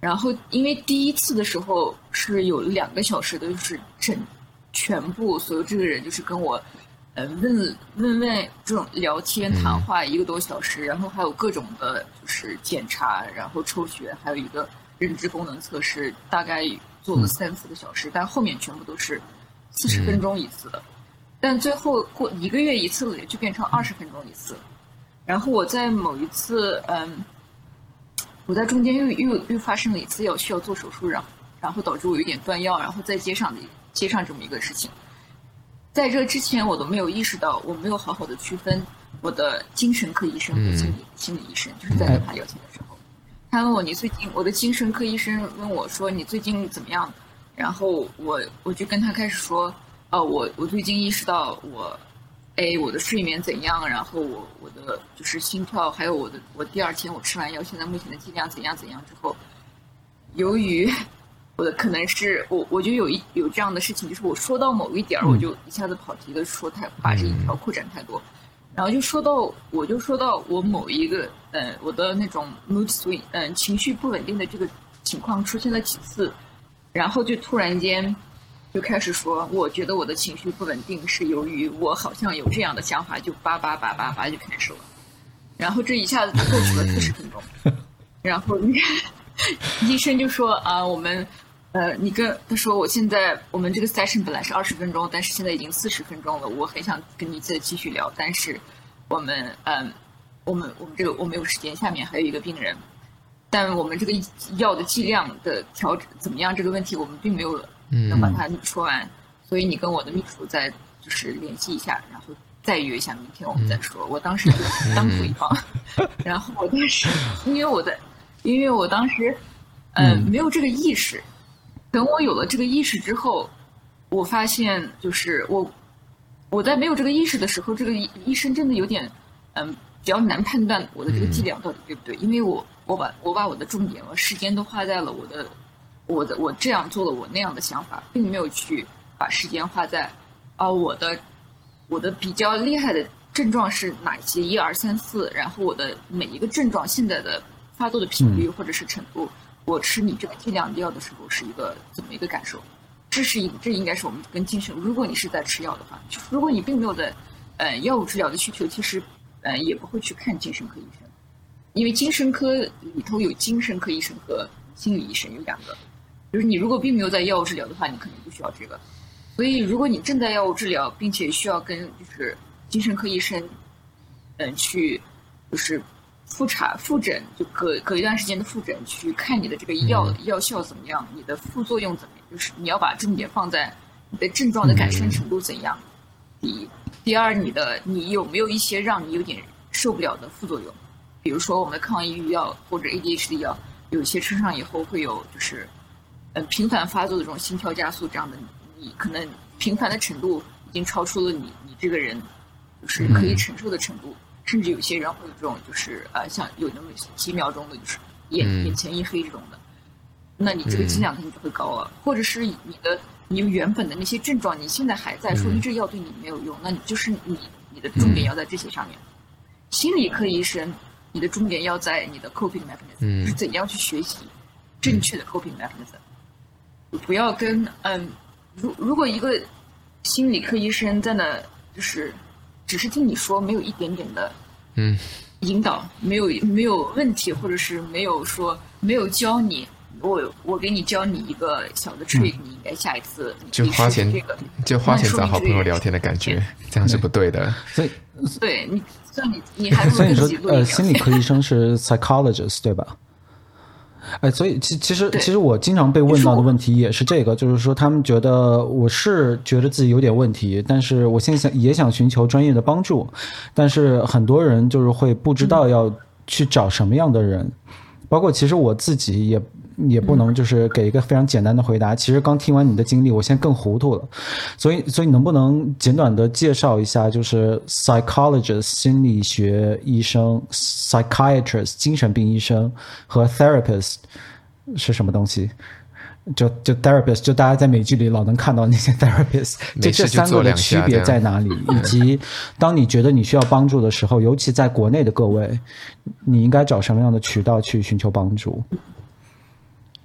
然后因为第一次的时候是有2个小时的，就是全部所有这个人就是跟我问这种聊天谈话1个多小时，然后还有各种的就是检查，然后抽血，还有一个认知功能测试，大概做了3-4个小时，但后面全部都是40分钟一次的，但最后过1个月一次了，也就变成20分钟一次。然后我在某一次我在中间又发生了一次需要做手术，然后导致我有点断药，然后再接上这么一个事情。在这之前我都没有意识到，我没有好好的区分我的精神科医生和心理医生，就是在跟他聊天的时候，他问我你最近，我的精神科医生问我说你最近怎么样，然后我就跟他开始说我最近意识到我的睡眠怎样，然后我的就是心跳，还有我第2天我吃完药现在目前的剂量怎样之后，由于我的可能是我就有这样的事情，就是我说到某一点我就一下子跑题的说把这一条扩展太多，然后我就说到我某一个我的那种 mood swing 情绪不稳定的这个情况出现了几次，然后就突然间就开始说我觉得我的情绪不稳定是由于我好像有这样的想法，就叭就开始了，然后这一下子就过去了40分钟，然后医生就说我们他说我们这个 session 本来是20分钟，但是现在已经40分钟了，我很想跟你再继续聊，但是我们这个我没有时间，下面还有一个病人，但我们这个药的剂量的调整怎么样这个问题我们并没有能把它说完，所以你跟我的秘书再就是联系一下，然后再约一下明天我们再说。我当时就当属一方，然后我当时因为我当时没有这个意识，等我有了这个意识之后，我发现就是我在没有这个意识的时候，这个医生真的有点比较难判断我的这个剂量到底对不对，因为我把我的重点我时间都花在了我这样做了我那样的想法，并没有去把时间花在我的比较厉害的症状是哪些1、2、3、4，然后我的每一个症状现在的发作的频率或者是程度，我吃你这个剂量的药的时候是一个怎么一个感受，这应该是我们跟精神，如果你是在吃药的话，就是如果你并没有在药物治疗的需求，其实也不会去看精神科医生，因为精神科里头有精神科医生和心理医生有2个，就是你如果并没有在药物治疗的话，你可能不需要这个。所以如果你正在药物治疗，并且需要跟就是精神科医生去就是复诊，就隔一段时间的复诊，去看你的这个药效怎么样，你的副作用怎么样，就是你要把重点放在你的症状的改善程度怎样。第二，你有没有一些让你有点受不了的副作用，比如说我们的抗抑郁药或者 ADHD 药，有些吃上以后会有就是频繁发作的这种心跳加速，这样的你可能频繁的程度已经超出了你这个人就是可以承受的程度，甚至有些人会有这种就是像有那么几秒钟的就是眼前一黑这种的，那你这个剂量肯定就会高了，或者是你原本的那些症状你现在还在，说明这药对你没有用，那你就是你的重点要在这些上面。心理科医生你的重点要在你的 coping mechanism， 是怎样去学习正确的 coping mechanism， 不要跟如果一个心理科医生在那就是只是听你说，没有一点点的引导，没有问题，或者是没有教你，我给你教你一个小的 trick，你应该下一次就花钱找好朋友聊天的感觉，这样是不对的。 所以对你还不如自己说心理科医生是 psychologist 对吧？所以其实我经常被问到的问题也是这个，就是说他们觉得我是觉得自己有点问题，但是我现在也想寻求专业的帮助，但是很多人就是会不知道要去找什么样的人，包括其实我自己也不能就是给一个非常简单的回答。其实刚听完你的经历，我现在更糊涂了，所以能不能简短的介绍一下，就是 psychologist 心理学医生 ，psychiatrist 精神病医生和 therapist 是什么东西？就 therapist 就大家在美剧里老能看到那些 therapist， 这3个的区别在哪里？以及当你觉得你需要帮助的时候，尤其在国内的各位，你应该找什么样的渠道去寻求帮助？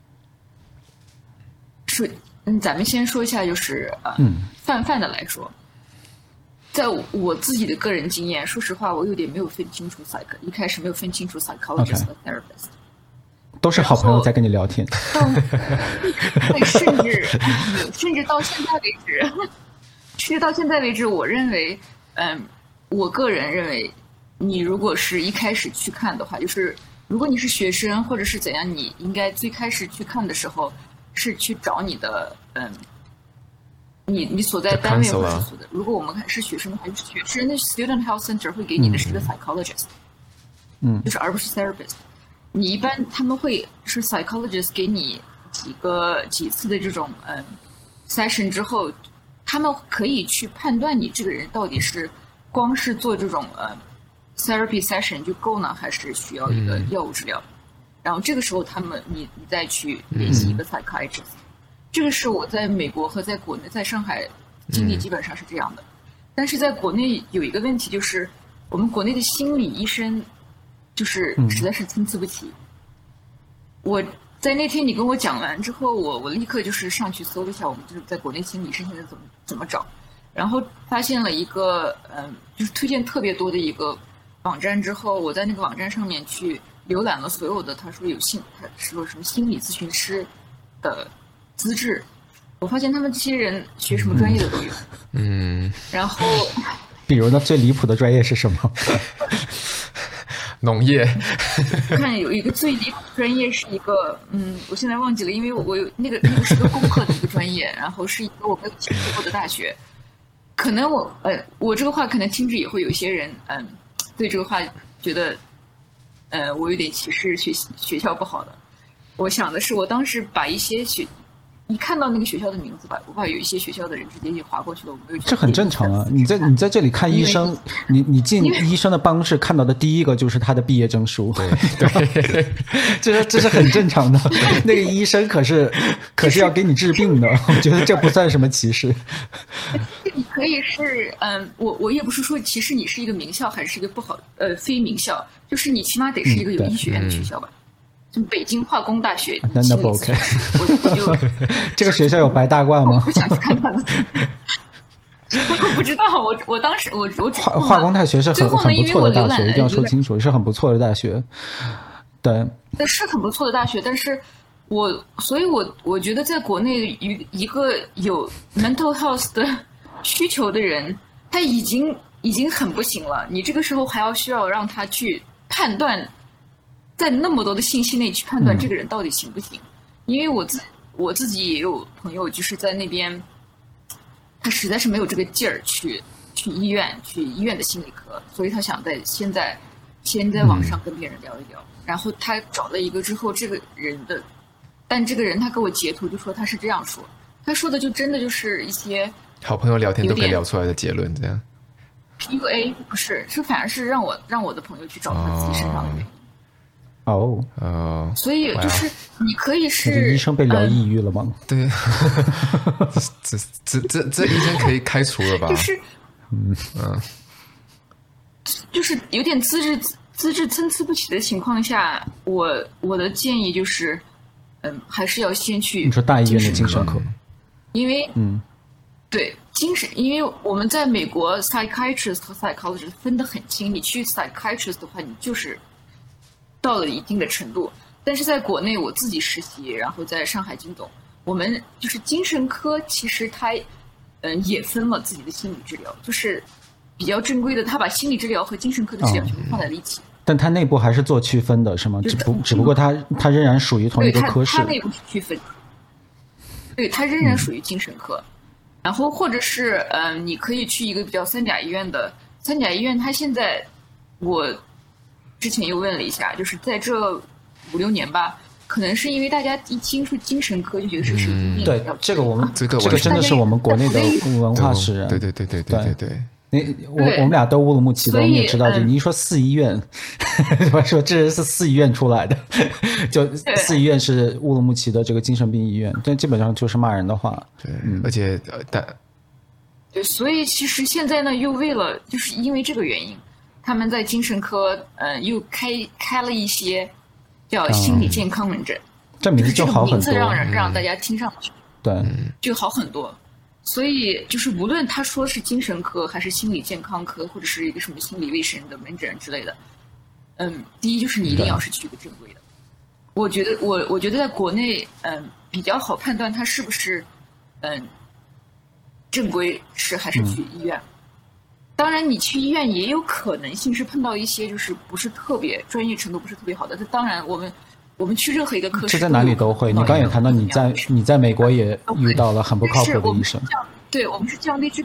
咱们先说一下，就是泛的来说，在我自己的个人经验，说实话，我有点没有分清楚一开始没有分清楚 psychologist 和 therapist， 都是好朋友在跟你聊天， 甚至到现在为止，我认为，我个人认为，你如果是一开始去看的话，就是如果你是学生或者是怎样，你应该最开始去看的时候是去找你的你所在单位或者所的。如果我们看是学生的话，就是学生的 student health center 会给你的是个 psychologist， 就是而不是 therapist。你一般他们会是 psychologist 给你几次的这种session 之后，他们可以去判断你这个人到底是光是做这种therapy session 就够呢，还是需要一个药物治疗。然后这个时候你再去联系一个 psychiatrist。这个是我在美国和在国内在上海经历基本上是这样的。但是在国内有一个问题，就是我们国内的心理医生就是实在是参差不齐。我在那天你跟我讲完之后，我立刻就是上去搜了一下我们就是在国内心理医生现在怎么找，然后发现了一个就是推荐特别多的一个网站之后，我在那个网站上面去浏览了所有的他说什么心理咨询师的资质，我发现他们这些人学什么专业的都有。然后比如呢，最离谱的专业是什么？ 农业。 看有一个最离谱专业是一个我现在忘记了，因为我有那个是个工科的一个专业，然后是一个我没有听说过的大学。可能我这个话可能听着也会有一些人对这个话觉得我有点歧视学校不好的。我想的是，我当时把一看到那个学校的名字吧，我把有一些学校的人直接就划过去了。 这很正常啊！你在这里看医生，你进医生的办公室看到的第一个就是他的毕业证书，对，这是很正常的。那个医生可是要给你治病的，我觉得这不算什么歧视。 你可以是我也不是说歧视你是一个名校还是一个不好非名校，就是你起码得是一个有医学院的学校吧。就北京化工大学， 那不 OK。 我就这个学校有白大褂吗？ 我不想去看他的。我不知道，我当时我化工大学是很不错的大学，一定要说清楚，是很不错的大学。对， 是很不错的大学，但是所以我觉得在国内一个有 mental health 的需求的人，他已经很不行了。你这个时候还需要让他去判断。在那么多的信息内去判断这个人到底行不行，因为我自己也有朋友就是在那边，他实在是没有这个劲儿去医院的心理科，所以他想先在网上跟别人聊一聊，然后他找了一个之后，但这个人他给我截图就说他是这样说，他说的就真的就是一些好朋友聊天都可以聊出来的结论，这样。 PUA 不是反而是让我的朋友去找他自己身上的原因。所以就是你可以是医生被聊抑郁了吗？ 对，这医生可以开除了吧？ 就是有点资质参差不齐的情况下，我的建议就是还是要先去你说大医院的精神科， 因为对精神，因为我们在美国 psychiatrist 和 psychologist 分得很清，你去 psychiatrist 的话，你就是到了一定的程度，但是在国内我自己实习，然后在上海金总，我们就是精神科，其实它也分了自己的心理治疗，就是比较正规的，他把心理治疗和精神科的治疗全部放在了一起。 但它内部还是做区分的，是吗？只不过它仍然属于同一个科室。 它内部是区分，对，它仍然属于精神科。然后或者是你可以去一个比较三甲医院的，三甲医院它现在我之前又问了一下，就是在这5-6年吧，可能是因为大家一听说精神科就觉得是神经病。 对，这个真的是我们国内的文化使然。 对。 我们俩都乌鲁木齐的，我们也知道，就你一说4医院，我说这人是4医院出来的，就4医院是乌鲁木齐的这个精神病医院，但基本上就是骂人的话。 对，而且对，所以其实现在呢，又为了就是因为这个原因，他们在精神科又开了一些叫心理健康门诊， 这名字就好很多， 让大家听上去。 对， 就好很多。所以就是无论他说是精神科还是心理健康科，或者是一个什么心理卫生的门诊之类的，第一就是你一定要是去一个正规的。我觉得在国内比较好判断他是不是正规是还是去医院。当然你去医院也有可能性是碰到一些就是不是特别专业程度不是特别好的。当然我们去任何一个科室， 这在哪里都会。你刚也谈到你在美国也遇到了很不靠谱的医生。 对，我们是降低这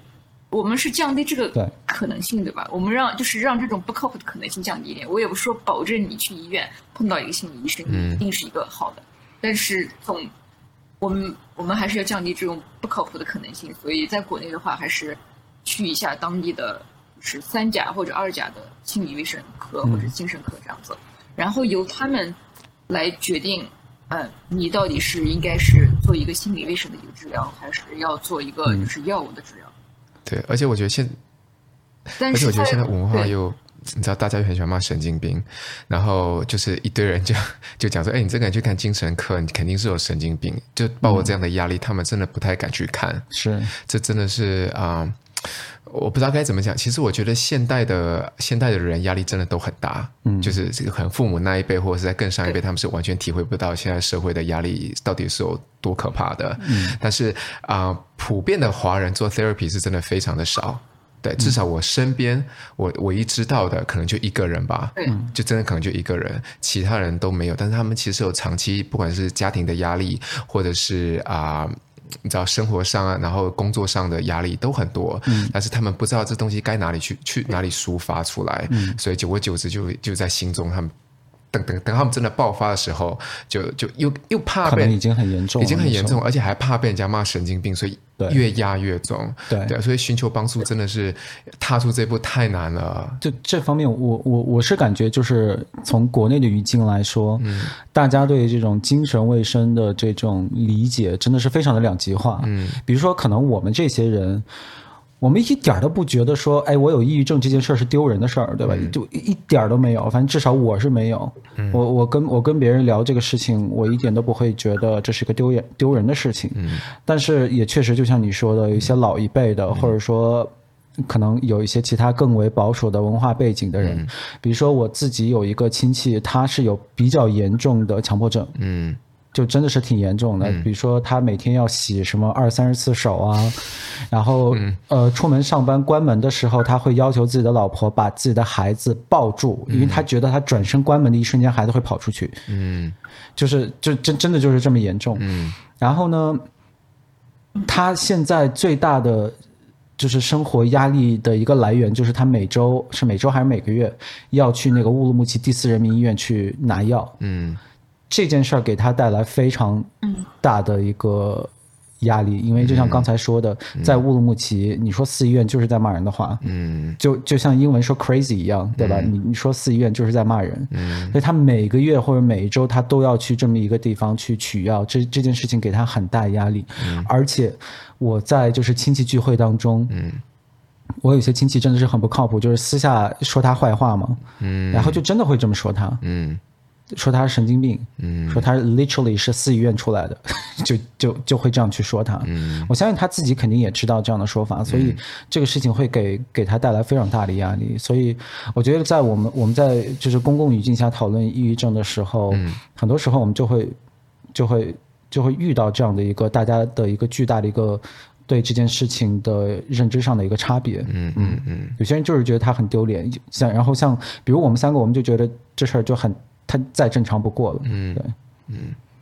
个可能性，对吧？我们让这种不靠谱的可能性降低一点。我也不说保证你去医院碰到一个心理医生一定是一个好的，但是我们还是要降低这种不靠谱的可能性。所以在国内的话，还是去一下当地的就是3甲或者2甲的心理卫生科或者精神科这样子，然后由他们来决定，你到底是应该是做一个心理卫生的一个治疗，还是要做一个就是药物的治疗？ 对，而且我觉得现在文化又，你知道，大家又很喜欢骂神经病，然后就是一堆人就讲说，你这个人去看精神科，你肯定是有神经病，就抱我这样的压力，他们真的不太敢去看。 是， 这真的是我不知道该怎么讲。其实我觉得现代的人压力真的都很大，就是这个可能父母那一辈或者是在更上一辈，他们是完全体会不到现在社会的压力到底是有多可怕的。但是普遍的华人做 therapy 是真的非常的少。对，至少我身边我唯一知道的可能就一个人吧，就真的可能就一个人，其他人都没有。但是他们其实有长期不管是家庭的压力，或者是你知道生活上然后工作上的压力都很多，但是他们不知道这东西该哪里去哪里抒发出来，所以久而久之就在心中，他们等他们真的爆发的时候，就又怕被， 可能已经很严重， 而且还怕被人家骂神经病，所以越压越重。对，所以寻求帮助真的是踏出这步太难了。 就这方面我是感觉，就是从国内的语境来说，大家对这种精神卫生的这种理解真的是非常的两极化。比如说可能我们这些人，我们一点都不觉得说，我有抑郁症这件事是丢人的事儿，对吧？就一点都没有，反正至少我是没有。我跟别人聊这个事情，我一点都不会觉得这是个丢人的事情。但是也确实就像你说的，有一些老一辈的，或者说可能有一些其他更为保守的文化背景的人，比如说我自己有一个亲戚，他是有比较严重的强迫症。就真的是挺严重的，比如说他每天要洗什么20-30次手啊，然后出门上班关门的时候，他会要求自己的老婆把自己的孩子抱住，因为他觉得他转身关门的一瞬间孩子会跑出去。就真的就是这么严重。然后呢，他现在最大的就是生活压力的一个来源，就是他每周还是每个月要去那个乌鲁木齐第4人民医院去拿药。这件事儿给他带来非常大的一个压力，因为就像刚才说的，在乌鲁木齐，你说4医院就是在骂人的话，就像英文说 crazy 一样，对吧？你说4医院就是在骂人，所以他每个月或者每一周他都要去这么一个地方去取药，这件事情给他很大压力。而且我在就是亲戚聚会当中，我有些亲戚真的是很不靠谱，就是私下说他坏话嘛，然后就真的会这么说他。说他是神经病，说他 literally 是4医院出来的，就会这样去说他。我相信他自己肯定也知道这样的说法，所以这个事情会给他带来非常大的压力。所以我觉得在我们在就是公共语境下讨论抑郁症的时候，很多时候我们就会遇到这样的一个大家的一个巨大的一个对这件事情的认知上的一个差别。有些人就是觉得他很丢脸，然后像比如我们3个，我们就觉得这事儿就他再正常不过了。对。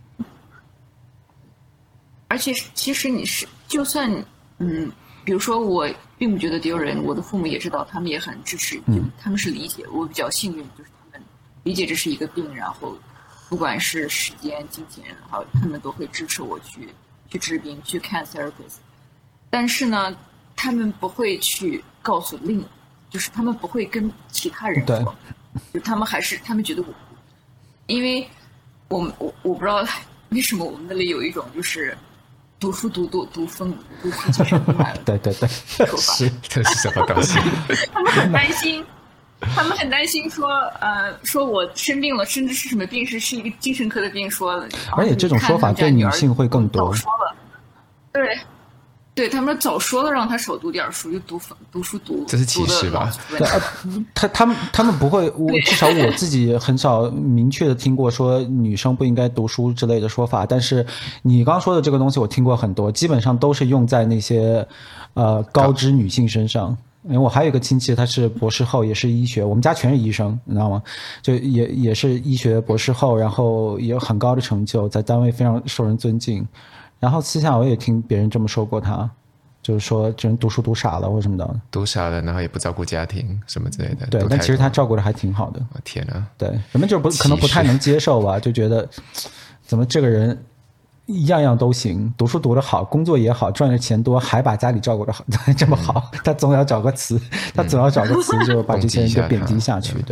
而且其实你是就算比如说我并不觉得丢人，我的父母也知道，他们也很支持，他们是理解。我比较幸运，就是他们理解这是一个病，然后不管是时间、金钱，然后他们都会支持我去治病，去看 therapist。但是呢，他们不会去告诉就是他们不会跟其他人说，就他们觉得因为我不知道为什么我们那里有一种就是读书读疯了，读书精神病来了。 对， 是这是什么东西？ 他们很担心说我生病了，甚至是什么病是一个精神科的病说了。 而且这种说法对女性会更多。 说了， 对他们早说了让他少读点书，就读书， 这是歧视吧？ 对，他们不会，至少我自己很少明确的听过说女生不应该读书之类的说法。但是你刚说的这个东西我听过很多，基本上都是用在那些高知女性身上。因为我还有一个亲戚，他是博士后，也是医学，我们家全是医生，你知道吗？就也是医学博士后，然后也有很高的成就，在单位非常受人尊敬。然后私下我也听别人这么说过他，就是说这人读书读傻了或什么的， 读傻了，然后也不照顾家庭什么之类的。 对，但其实他照顾的还挺好的。 我天啊！ 对，人们就可能不太能接受吧，就觉得怎么这个人样样都行，读书读得好，工作也好，赚的钱多，还把家里照顾得好，这么好，他总要找个词，就把这些人就贬低下去。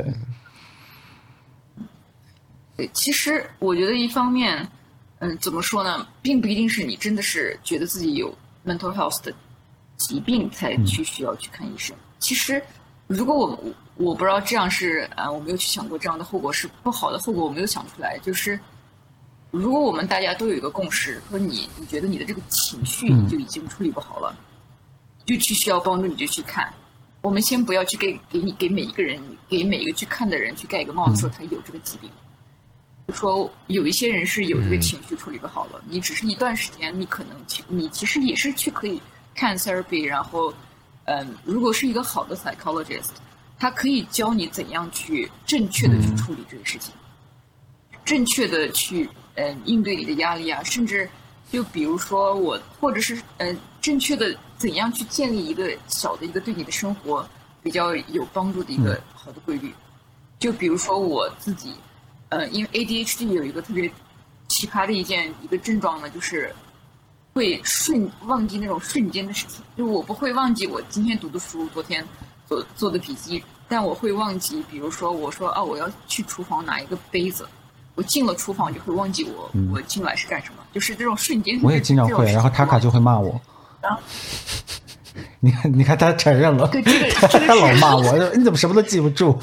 对，其实我觉得一方面。怎么说呢？并不一定是你真的是觉得自己有 mental health 的疾病才需要去看医生。其实，如果我不知道这样是我没有去想过这样的后果是不好的后果，我没有想出来。就是如果我们大家都有一个共识，说你觉得你的这个情绪就已经处理不好了，就去需要帮助你就去看。我们先不要去给每一个人给每一个去看的人去盖一个帽子，说他有这个疾病。说有一些人是有这个情绪处理不好了，你只是一段时间，你可能你其实也是去可以看 therapy， 然后如果是一个好的 psychologist， 他可以教你怎样去正确的去处理这个事情，正确的去应对你的压力啊，甚至就比如说或者是正确的怎样去建立一个小的一个对你的生活比较有帮助的一个好的规律。就比如说我自己。因为 ADHD 有一个特别奇葩的一个症状呢，就是会忘记那种瞬间的事情。就我不会忘记我今天读的书，昨天做的笔记，但我会忘记，比如说我说我要去厨房拿一个杯子，我进了厨房就会忘记我进来是干什么，就是这种瞬间。 我也经常会，然后塔卡就会骂我。然后你看他承认了， 对他老骂我，你怎么什么都记不住？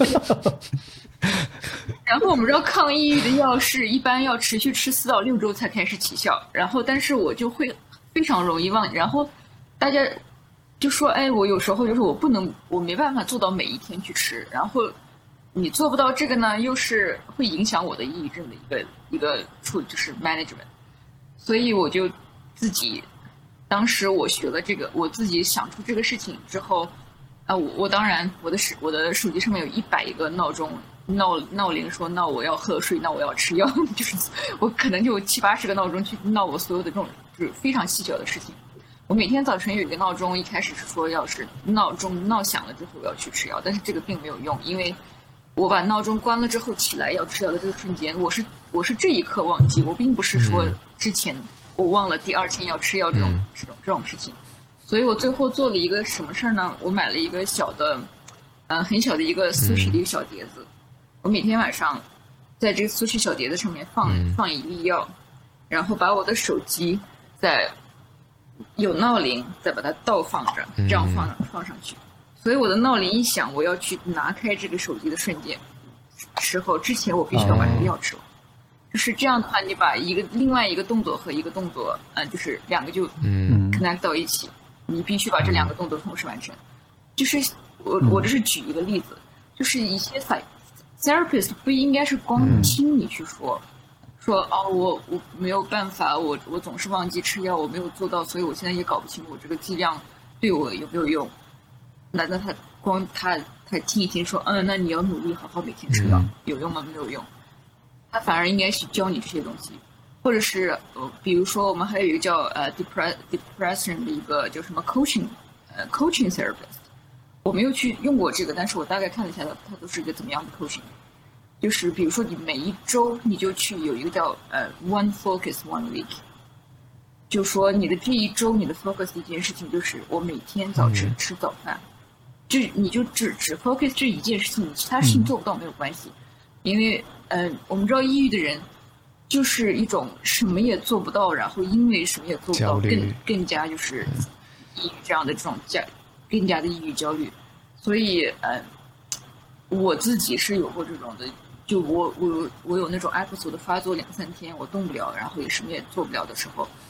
然后我们知道抗抑郁的药是一般要持续吃4到6周才开始起效，然后但是我就会非常容易忘记，然后大家就说我有时候就是我没办法做到每一天去吃，然后你做不到这个呢，又是会影响我的抑郁症的一个就是 management， 所以我就当时我学了这个，我自己想出这个事情之后我当然我的手机上面有100个闹钟闹铃说闹我要喝水，闹我要吃药，就是我可能就有70-80个闹钟去闹我所有的这种就是非常细小的事情。我每天早晨有一个闹钟，一开始是说要是闹钟闹响了之后我要去吃药，但是这个并没有用，因为我把闹钟关了之后起来要吃药的这个瞬间，我是这一刻忘记，我并不是说之前我忘了第2天要吃药这种事情。所以我最后做了一个什么事儿呢？我买了一个小的很小的一个苏轼的一个小碟子。我每天晚上在这个苏轼小碟子上面放一粒药，然后把我的手机在有闹铃再把它倒放着，这样放上去。所以我的闹铃一响，我要去拿开这个手机的瞬间之前我必须要把这个药吃完。就是这样的话，你把另外一个动作和一个动作就是2个就connect 到一起，你必须把这2个动作同时完成。就是我这是举一个例子，就是一些therapist 不应该是光听你去说我没有办法，我总是忘记吃药，我没有做到，所以我现在也搞不清我这个剂量对我有没有用。那他光他听一听说那你要努力好好每天吃药，有用吗？没有用。他反而应该去教你这些东西，或者是比如说我们还有一个叫depression 的一个叫什么 coaching therapist。我没有去用过这个，但是我大概看了一下它都是一个怎么样的 coaching。就是比如说你每一周你就去有一个叫one focus one week， 就说你的这一周你的 focus 的一件事情就是我每天早晨吃早饭，你就只 focus 这一件事情，你其他事情做不到没有关系。因为我们知道抑郁的人就是一种什么也做不到，然后因为什么也做不到更加就是抑郁这样的这种更加的抑郁焦虑。所以我自己是有过这种的，就我有那种 episode 的发作2-3天我动不了，然后也什么也做不了的时候，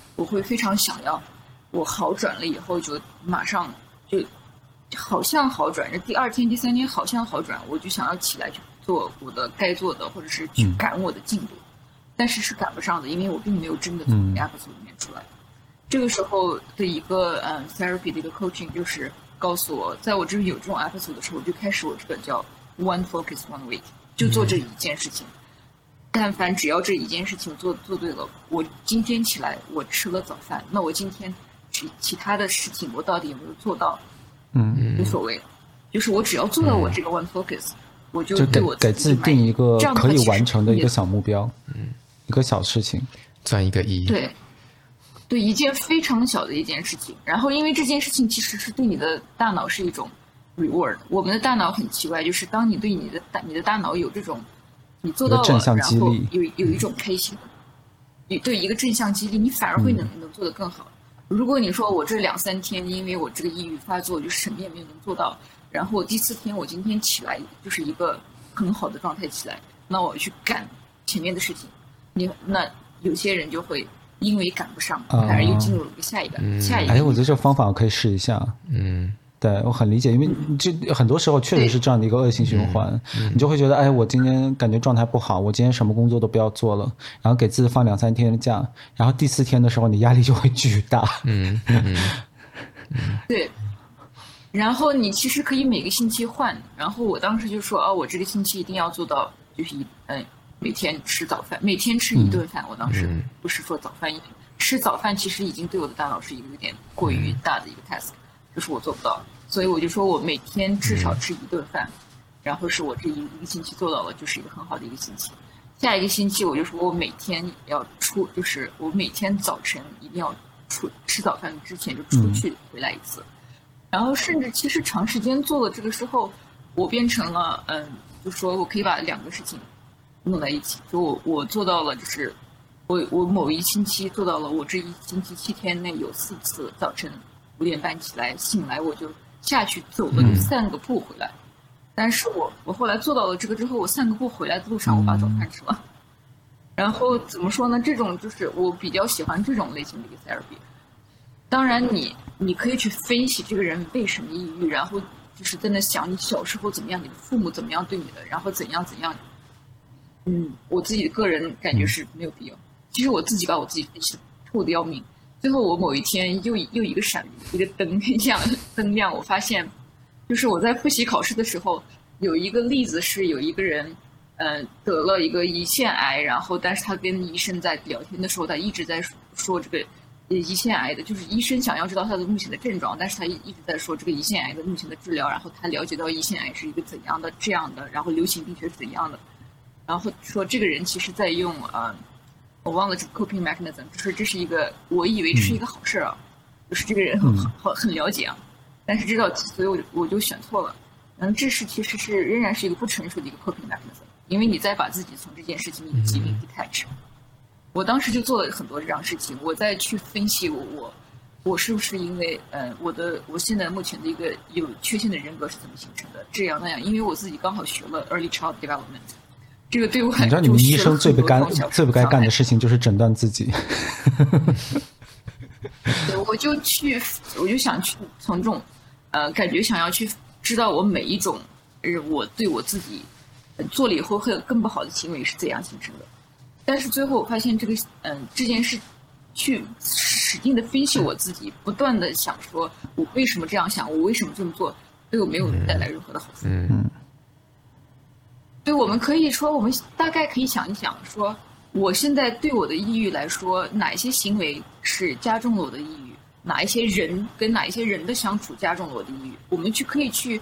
我会非常想要，我好转了以后就马上就好像好转，第2天、第3天好像好转，我就想要起来去做我的该做的，或者是去赶我的进度，但是是赶不上的，因为我并没有真的从 episode 里面出来。这个时候的一个therapy 的一个 coaching 就是告诉我，在我这里有这种 episode 的时候，我就开始我这个叫 one focus one week， 就做这一件事情。但凡只要这一件事情做对了，我今天起来我吃了早饭，那我今天其他的事情我到底有没有做到，无所谓，就是我只要做到我这个 one focus，我就对我给自己定一个可以完成的一个小目标，一个小事情， 赚一个亿。 对，一件非常小的一件事情，然后因为这件事情其实是对你的大脑是一种 reward。我们的大脑很奇怪，就是当你对你的大脑有这种你做到了，然后有一种开心，对一个正向激励，你反而会能做得更好。如果你说我这2-3天因为我这个抑郁发作，就是什么也没有能做到，然后第4天我今天起来就是一个很好的状态起来，那我去干前面的事情，那有些人就会因为赶不上，反而又进入了下一个。 哎，我觉得这个方法我可以试一下。对，我很理解，因为这很多时候确实是这样的一个恶性循环，你就会觉得，哎，我今天感觉状态不好，我今天什么工作都不要做了，然后给自己放2-3天的假，然后第4天的时候，你压力就会巨大。 对。然后你其实可以每个星期换，然后我当时就说，我这个星期一定要做到，就是每天吃早饭，每天吃1顿饭。我当时不是说早饭吃早饭，其实已经对我的大脑是一个有点过于大的一个 task。就是我做不到，所以我就说我每天至少吃1顿饭，然后是我这一个星期做到了，就是一个很好的一个星期。下一个星期我就说我每天要就是我每天早晨一定要吃早饭之前就出去回来一次，然后甚至其实长时间做了这个之后，我变成了就说我可以把2个事情弄在一起，就我做到了，就是我某一星期做到了，我这一星期7天内有4次早晨5点半醒来我就下去走了3个步回来。但是我后来做到了这个之后，我3个步回来的路上我把早饭吃了。然后怎么说呢，这种就是我比较喜欢这种类型的一个 therapy。当然你可以去分析这个人为什么抑郁，然后就是在那想你小时候怎么样，你的父母怎么样对你的，然后怎样我自己的个人感觉是没有必要。其实我自己把我自己分析透的要命，最后我某一天又一个一个灯亮，我发现就是我在复习考试的时候，有一个例子是有一个人得了一个胰腺癌，然后但是他跟医生在聊天的时候，他一直在说这个胰腺癌的，就是医生想要知道他的目前的症状，但是他一直在说这个胰腺癌的目前的治疗，然后他了解到胰腺癌是一个怎样的这样的，然后流行病学是怎样的，然后说这个人其实在用我忘了这个 coping mechanism， 就是这是一个我以为这是一个好事啊，就是这个人很了解啊，但是知道，所以我就选错了。这是其实是仍然是一个不成熟的一个 coping mechanism， 因为你在把自己从这件事情的疾病 detach。我当时就做了很多这样事情，我再去分析我是不是因为我现在目前的一个有缺陷的人格是怎么形成的，这样那样，因为我自己刚好学了 early child development。这个对我你知道你们医生最不该干的事情就是诊断自己。 对，我就想去从这种感觉想要去知道我每一种我对我自己做了以后会有更不好的行为是怎样形成的。但是最后我发现这件事去使劲的分析我自己，不断的想说我为什么这样想，我为什么这么做，对我没有带来任何的好处。所以我们可以说，我们大概可以想一想，说我现在对我的抑郁来说，哪一些行为是加重了我的抑郁，哪一些人跟哪一些人的相处加重了我的抑郁，我们可以去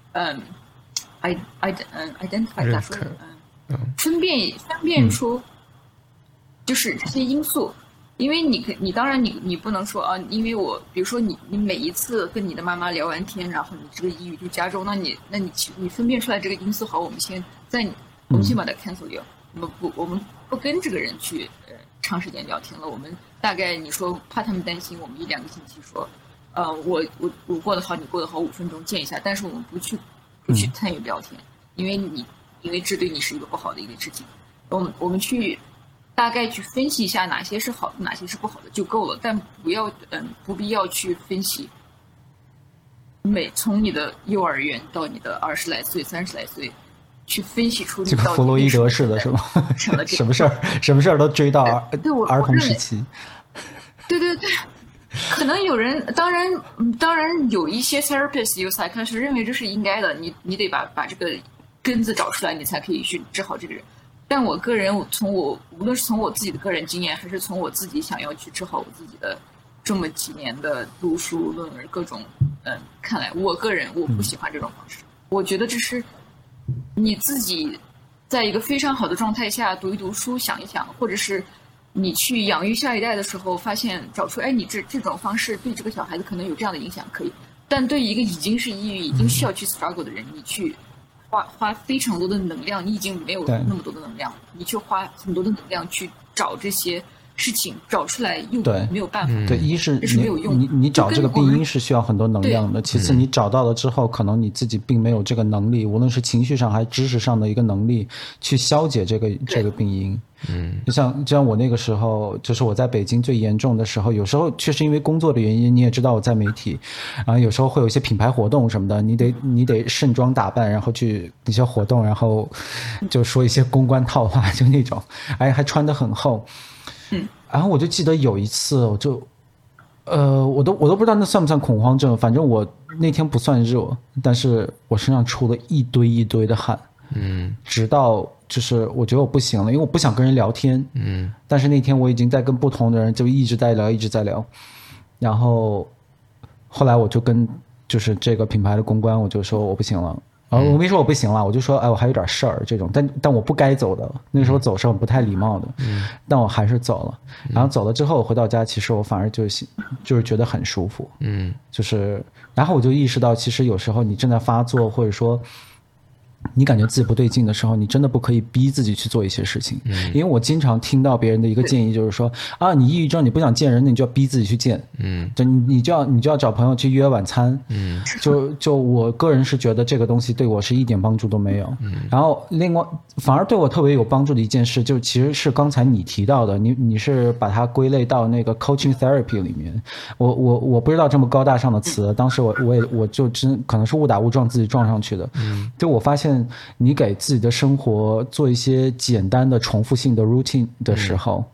identify 咋说分辨出就是这些因素。因为你当然你不能说因为我比如说你每一次跟你的妈妈聊完天，然后你这个抑郁就加重，那你分辨出来这个因素好，我们先把它 cancel 掉，我们不跟这个人去长时间聊天了。我们大概你说怕他们担心，我们1-2个星期说我过得好，你过得好，5分钟见一下，但是我们不去参与聊天，因为这对你是一个不好的一个事情。我们去大概去分析一下哪些是好的，哪些是不好的就够了，但不必要去分析。从你的幼儿园到你的20来岁、30来岁，去分析出这个弗洛伊德式的是吗？什么事儿都追到儿童时期。 对，可能有人，当然有一些 therapist 有 psychiatrist 认为这是应该的，你得把这个根子找出来，你才可以去治好这个人。但我个人，无论是从我自己的个人经验，还是从我自己想要去治好我自己的这么几年的读书论文各种，看来我个人我不喜欢这种方式。我觉得这是你自己在一个非常好的状态下读一读书，想一想，或者是你去养育下一代的时候，发现找出，你这种方式对这个小孩子可能有这样的影响，可以。但对一个已经是抑郁、已经需要去 struggle 的人，你去花非常多的能量，你已经没有那么多的能量，你去花很多的能量去找这些事情，找出来又没有办法。 对，一是没有用。 你找这个病因是需要很多能量的，其次你找到了之后，可能你自己并没有这个能力，无论是情绪上还是知识上的一个能力去消解这个病因。就像我那个时候，就是我在北京最严重的时候，有时候确实因为工作的原因，你也知道我在媒体，然后有时候会有一些品牌活动什么的，你得盛装打扮，然后去一些活动，然后就说一些公关套话，就那种，还穿得很厚。然后我就记得有一次，我都不知道那算不算恐慌症，反正我那天不算热，但是我身上出了一堆的汗。直到就是我觉得我不行了，因为我不想跟人聊天。但是那天我已经在跟不同的人就一直在聊，然后后来我就跟就是这个品牌的公关，我就说我不行了。我没说我不行了，我就说我还有点事儿这种，但我不该走的，那时候走是很不太礼貌的。但我还是走了。然后走了之后，我回到家，其实我反而就是觉得很舒服。就是然后我就意识到，其实有时候你正在发作，或者说你感觉自己不对劲的时候，你真的不可以逼自己去做一些事情。因为我经常听到别人的一个建议就是说你抑郁症你不想见人，你就要逼自己去见。就你就要找朋友去约晚餐。就我个人是觉得这个东西对我是一点帮助都没有。然后另外反而对我特别有帮助的一件事，就其实是刚才你提到的，你是把它归类到那个 coaching therapy 里面。我不知道这么高大上的词，当时我就可能是误打误撞自己撞上去的。就我发现你给自己的生活做一些简单的重复性的 routine 的时候，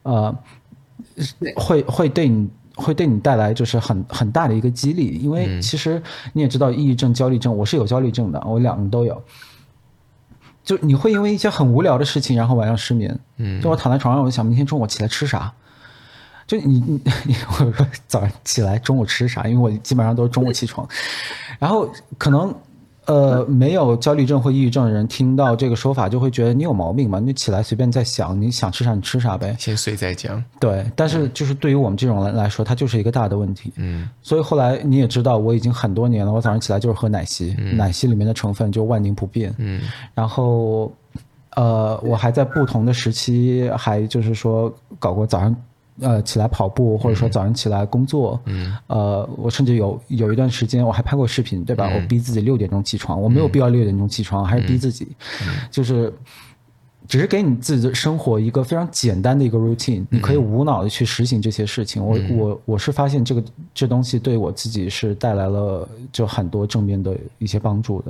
会对你带来就是很大的一个激励。因为其实你也知道，抑郁症、焦虑症，我是有焦虑症的，我两个都有。就你会因为一些很无聊的事情，然后晚上失眠。就我躺在床上，我就想明天中午起来吃啥。就你我说早上起来中午吃啥，因为我基本上都是中午起床。然后可能没有焦虑症或抑郁症的人听到这个说法就会觉得你有毛病嘛，你起来随便再想，你想吃啥你吃啥呗， 先睡再讲。 对，但是就是对于我们这种人来说，它就是一个大的问题。所以后来你也知道，我已经很多年了，我早上起来就是喝奶昔。奶昔里面的成分就万宁不变。然后我还在不同的时期还就是说搞过早上起来跑步，或者说早上起来工作。我甚至有一段时间我还拍过视频，对吧？我逼自己6点钟起床，我没有必要6点钟起床，还是逼自己。就是只是给你自己的生活一个非常简单的一个 routine，你可以无脑的去实行这些事情。我是发现这东西对我自己是带来了就很多正面的一些帮助的。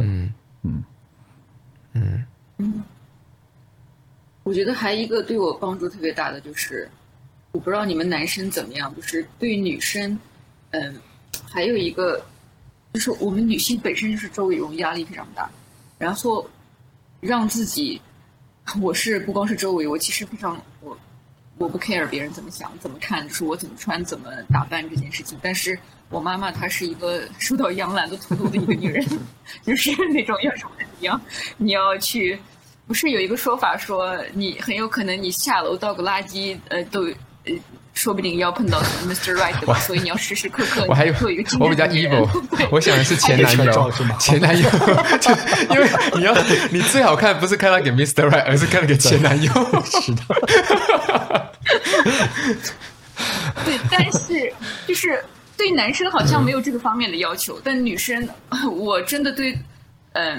我觉得还一个对我帮助特别大的就是，我不知道你们男生怎么样，就是对于女生，还有一个就是我们女性本身就是周围容易压力非常大，然后让自己，我是不光是周围，我其实非常我不 care 别人怎么想怎么看，就是我怎么穿怎么打扮这件事情。但是我妈妈她是一个受到杨澜的荼毒的一个女人，就是那种要什么你要去。不是有一个说法说，你很有可能你下楼倒个垃圾，说不定要碰到 Mr. Right 的吧，所以你要时时刻刻。 我还有做一个我比较 evil， 我想的是前男友，前男友，就因为你最好看不是看到给 Mr. Right， 而是看到给前男友。 是的。 对，但是就是对男生好像没有这个方面的要求，但女生，我真的对，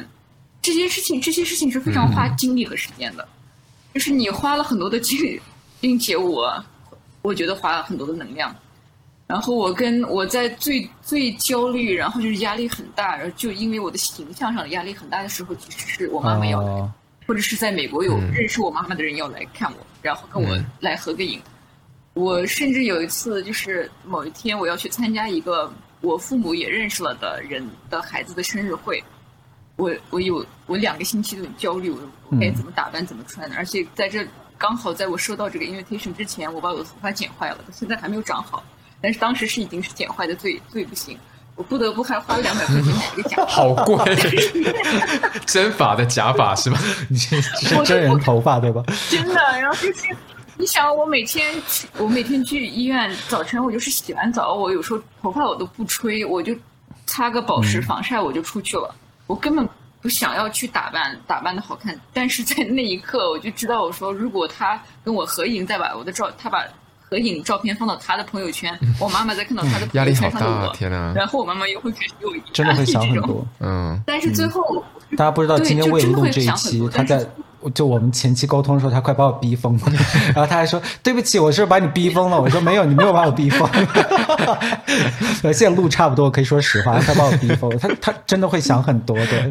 这些事情是非常花精力和时间的，就是你花了很多的精力， 并且我觉得花了很多的能量。然后我在最焦虑，然后就是压力很大，然后就因为我的形象上的压力很大的时候，其实是我妈妈要来，或者是在美国有认识我妈妈的人要来看我，然后跟我来合个影。我甚至有一次就是某一天我要去参加一个我父母也认识了的人的孩子的生日会，我2个星期都很焦虑，我该怎么打扮怎么穿，而且在这刚好在我收到这个 invitation 之前，我把我的头发剪坏了，现在还没有长好。但是当时已经是剪坏的最不行，我不得不还花了200块钱买一个假发， 好贵，真发的假发是吧？ 你是真人头发对吧？ 真的，然后就是你想，我每天去医院，早晨我就是洗完澡，我有时候头发我都不吹，我就擦个保湿防晒我就出去了，我根本不想要去打扮的好看。但是在那一刻，我就知道我说，如果他跟我合影，再把他把合影照片放到他的朋友圈，我妈妈再看到他的朋友圈上的我， 天哪！ 然后我妈妈又会觉得有真的会想很多， 但是最后， 大家不知道今天为了录这一期，他在就我们前期沟通的时候，他快把我逼疯了，然后他还说对不起，我是把你逼疯了。我说没有，你没有把我逼疯。现在录差不多，可以说实话，他把我逼疯了。他真的会想很多的。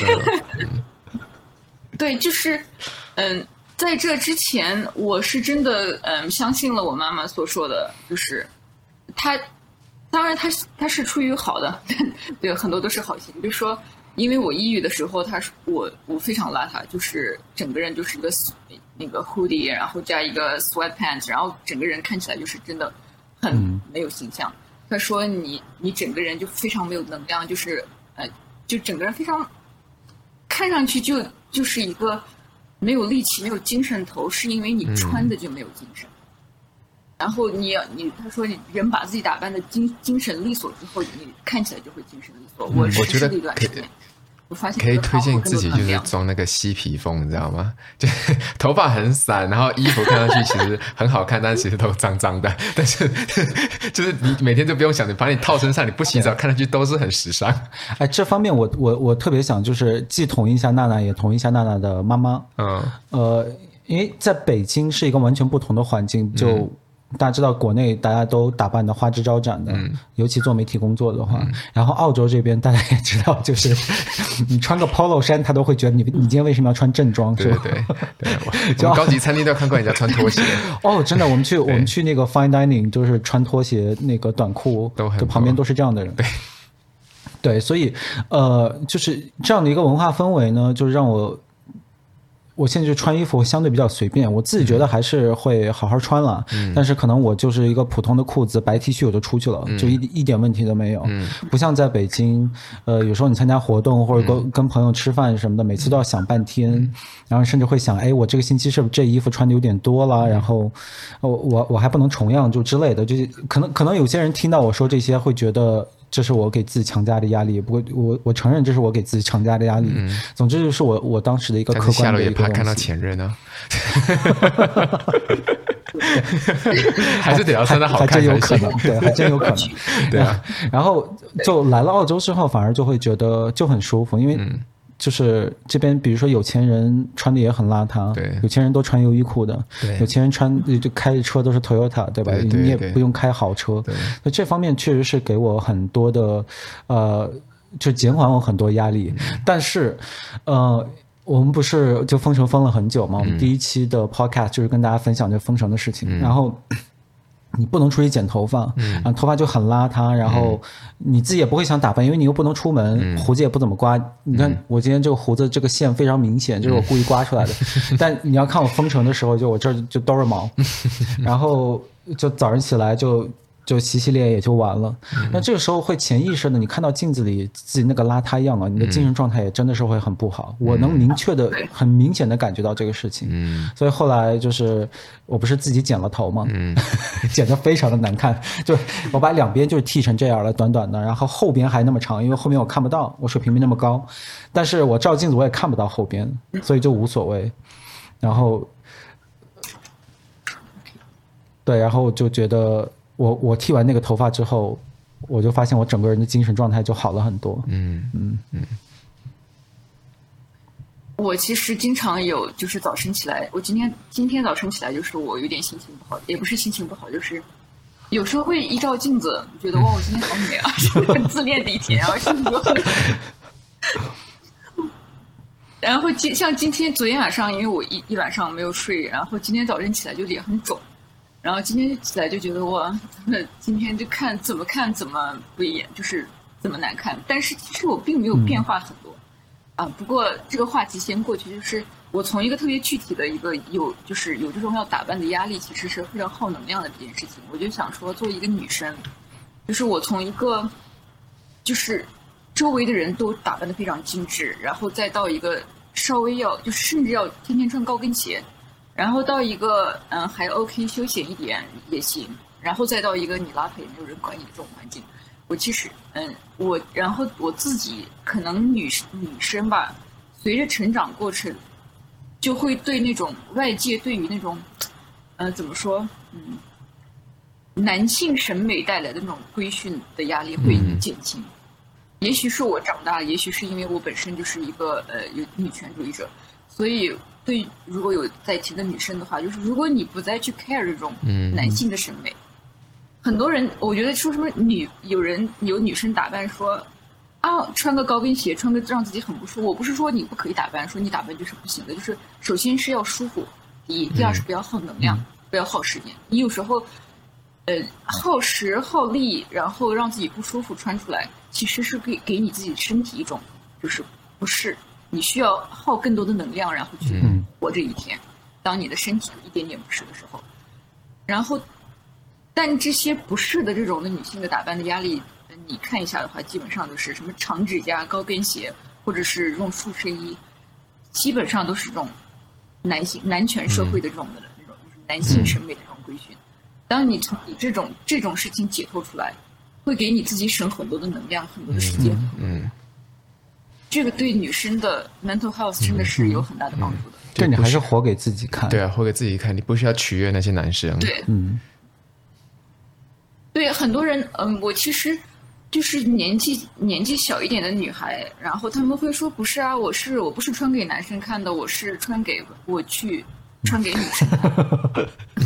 对，就是在这之前，我是真的相信了我妈妈所说的，就是当然她是出于好的，对，很多都是好心。比如说，因为我抑郁的时候，我非常邋遢，就是整个人就是一个那个 hoodie， 然后加一个 sweatpants， 然后整个人看起来就是真的很没有形象。她说你整个人就非常没有能量，就是就整个人非常看上去就是一个没有力气、没有精神头，是因为你穿的就没有精神。然后他说你人把自己打扮的精神利索之后，你看起来就会精神利索。我觉得我发现可以推荐自己就是装那个嬉皮风，你知道吗？就头发很散，然后衣服看上去其实很好看，但是其实都脏脏的。但是就是你每天就不用想，你把你套身上，你不洗澡，看上去都是很时尚。 哎，这方面我特别想就是既同意一下娜娜，也同意一下娜娜的妈妈。因为在北京是一个完全不同的环境，就。大家知道国内大家都打扮的花枝招展的，尤其做媒体工作的话，然后澳洲这边大家也知道，就是你穿个 polo 衫，他都会觉得你今天为什么要穿正装？ 对对对，我们高级餐厅都要看过人家穿拖鞋。 哦，真的，我们去那个 fine dining， 就是穿拖鞋，那个短裤，就旁边都是这样的人。对，所以就是这样的一个文化氛围呢，就是让我现在就穿衣服相对比较随便，我自己觉得还是会好好穿了，但是可能我就是一个普通的裤子白 T 恤我就出去了，就一点问题都没有，不像在北京，有时候你参加活动或者跟朋友吃饭什么的，每次都要想半天，然后甚至会想，哎，我这个星期是不是这衣服穿的有点多了，然后我还不能重样就之类的，就是可能有些人听到我说这些会觉得。这是我给自己强加的压力，不过我承认这是我给自己强加的压力。总之就是我当时的一个客观的一个东西。 下楼也怕看到前任啊，还是得要穿得好看， 还真有可能，对，还真有可能， 对啊。 然后就来了澳洲之后，反而就会觉得就很舒服，因为。就是这边，比如说有钱人穿的也很邋遢， 对， 有钱人都穿优衣库的， 对， 有钱人就开的车都是 Toyota， 对吧？ 对对对， 你也不用开豪车， 对。 那这方面确实是给我很多的，就减缓我很多压力。但是，我们不是就封城封了很久吗？我们第一期的 podcast 就是跟大家分享这封城的事情，然后。你不能出去剪头发，头发就很邋遢，然后你自己也不会想打扮，因为你又不能出门，胡子也不怎么刮。你看我今天这个胡子这个线非常明显，就是我故意刮出来的。但你要看我封城的时候，就我这就都是毛，然后就早上起来就洗脸也就完了。那这个时候会潜意识的，你看到镜子里自己那个邋遢样啊，你的精神状态也真的是会很不好。我能很明显的感觉到这个事情。所以后来就是我不是自己剪了头吗？剪得非常的难看，就我把两边就是剃成这样了，短短的，然后后边还那么长，因为后面我看不到，我水平没那么高，但是我照镜子我也看不到后边，所以就无所谓。然后对，然后就觉得。我剃完那个头发之后，我就发现我整个人的精神状态就好了很多。 我其实经常有，就是早晨起来，我今天早晨起来，就是我有点心情不好，也不是心情不好，就是有时候会一照镜子，觉得哇，我今天好美啊，是很自恋的一天，然后心情就很。然后像昨天晚上，因为我一晚上没有睡，然后今天早晨起来就脸很肿，然后今天起来就觉得哇，今天就怎么不一样，就是怎么难看。但是其实我并没有变化很多，不过这个话题先过去，就是我从一个特别具体的一个有这种要打扮的压力，其实是非常耗能量的这件事情。我就想说，作为一个女生，就是我从一个就是周围的人都打扮得非常精致，然后再到一个稍微甚至要天天穿高跟鞋，然后到一个还 OK 休闲一点也行，然后再到一个你拉腿没有人管你的这种环境。我其实然后我自己可能女生吧，随着成长过程，就会对那种外界对于那种怎么说男性审美带来的那种规训的压力会减轻。也许是我长大，也许是因为我本身就是一个有女权主义者，所以如果有在听的女生的话，就是如果你不再去 care 这种男性的审美。很多人，我觉得说什么有女生打扮说，穿个高跟鞋，穿个让自己很不舒服。我不是说你不可以打扮，说你打扮就是不行的，就是首先是要舒服，第二是不要耗能量，不要耗时间。你有时候，耗时耗力，然后让自己不舒服穿出来，其实是给你自己身体一种就是不适，你需要耗更多的能量，然后去活这一天。当你的身体有一点点不适的时候，然后。但这些不适的这种的女性的打扮的压力，你看一下的话，基本上都是什么长指甲、高跟鞋，或者是用束身衣，基本上都是这种男权社会的这种的那种就是男性审美的这种规训。当你从你这种事情解脱出来，会给你自己省很多的能量、很多的时间。这个对女生的 mental health 真的是有很大的帮助的。 对，你还是活给自己看。 对啊，活给自己看，你不需要取悦那些男生。 对，对，很多人，我其实就是年纪小一点的女孩，然后他们会说不是啊，我不是穿给男生看的，我是穿给女生看的。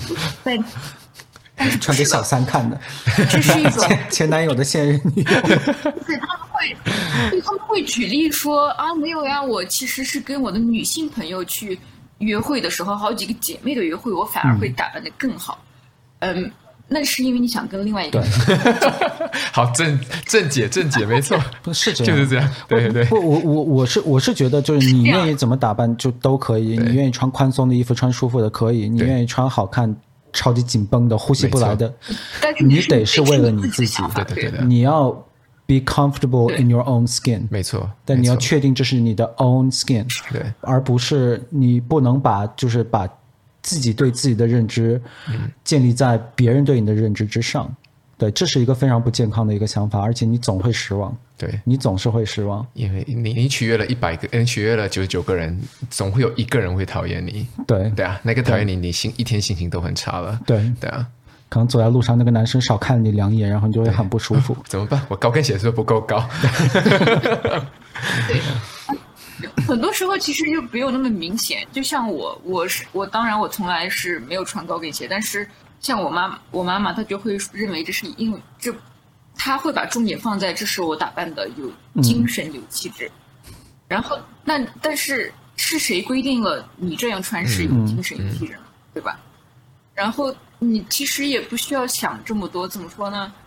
但是穿给小三看的， 这是一种前男友的现任女友。 对，他们会举例说没有呀，我其实是跟我的女性朋友去约会的时候，好几个姐妹的约会，我反而会打扮得更好。那是因为你想跟另外一个人。 好，正解没错， 是这样， 就是这样。对。 我是觉得，就是你愿意怎么打扮就都可以，你愿意穿宽松的衣服、穿舒服的可以，你愿意穿好看、超级紧绷的、呼吸不来的，你得是为了你自己。 对， 你要 be comfortable in your own skin， 没错。 但你要确定这是你的 own skin， 对， 而不是你不能把自己对自己的认知建立在别人对你的认知之上。对，这是一个非常不健康的一个想法，而且你总会失望。 对， 你总是会失望， 因为你取悦了100个，你取悦了99个人，总会有1个人会讨厌你。对啊，那个讨厌你，你一天心情都很差了。对啊， 可能走在路上那个男生少看你2眼，然后你就会很不舒服。 怎么办？我高跟鞋是不是不够高？ 对。很多时候其实就没有那么明显，就像我当然我从来是没有穿高跟鞋，但是像我妈妈她就会认为这是因为她会把重点放在这是我打扮的有精神有气质，然后但是谁规定了你这样穿是有精神有气质呢？对吧？然后你其实也不需要想这么多，怎么说呢？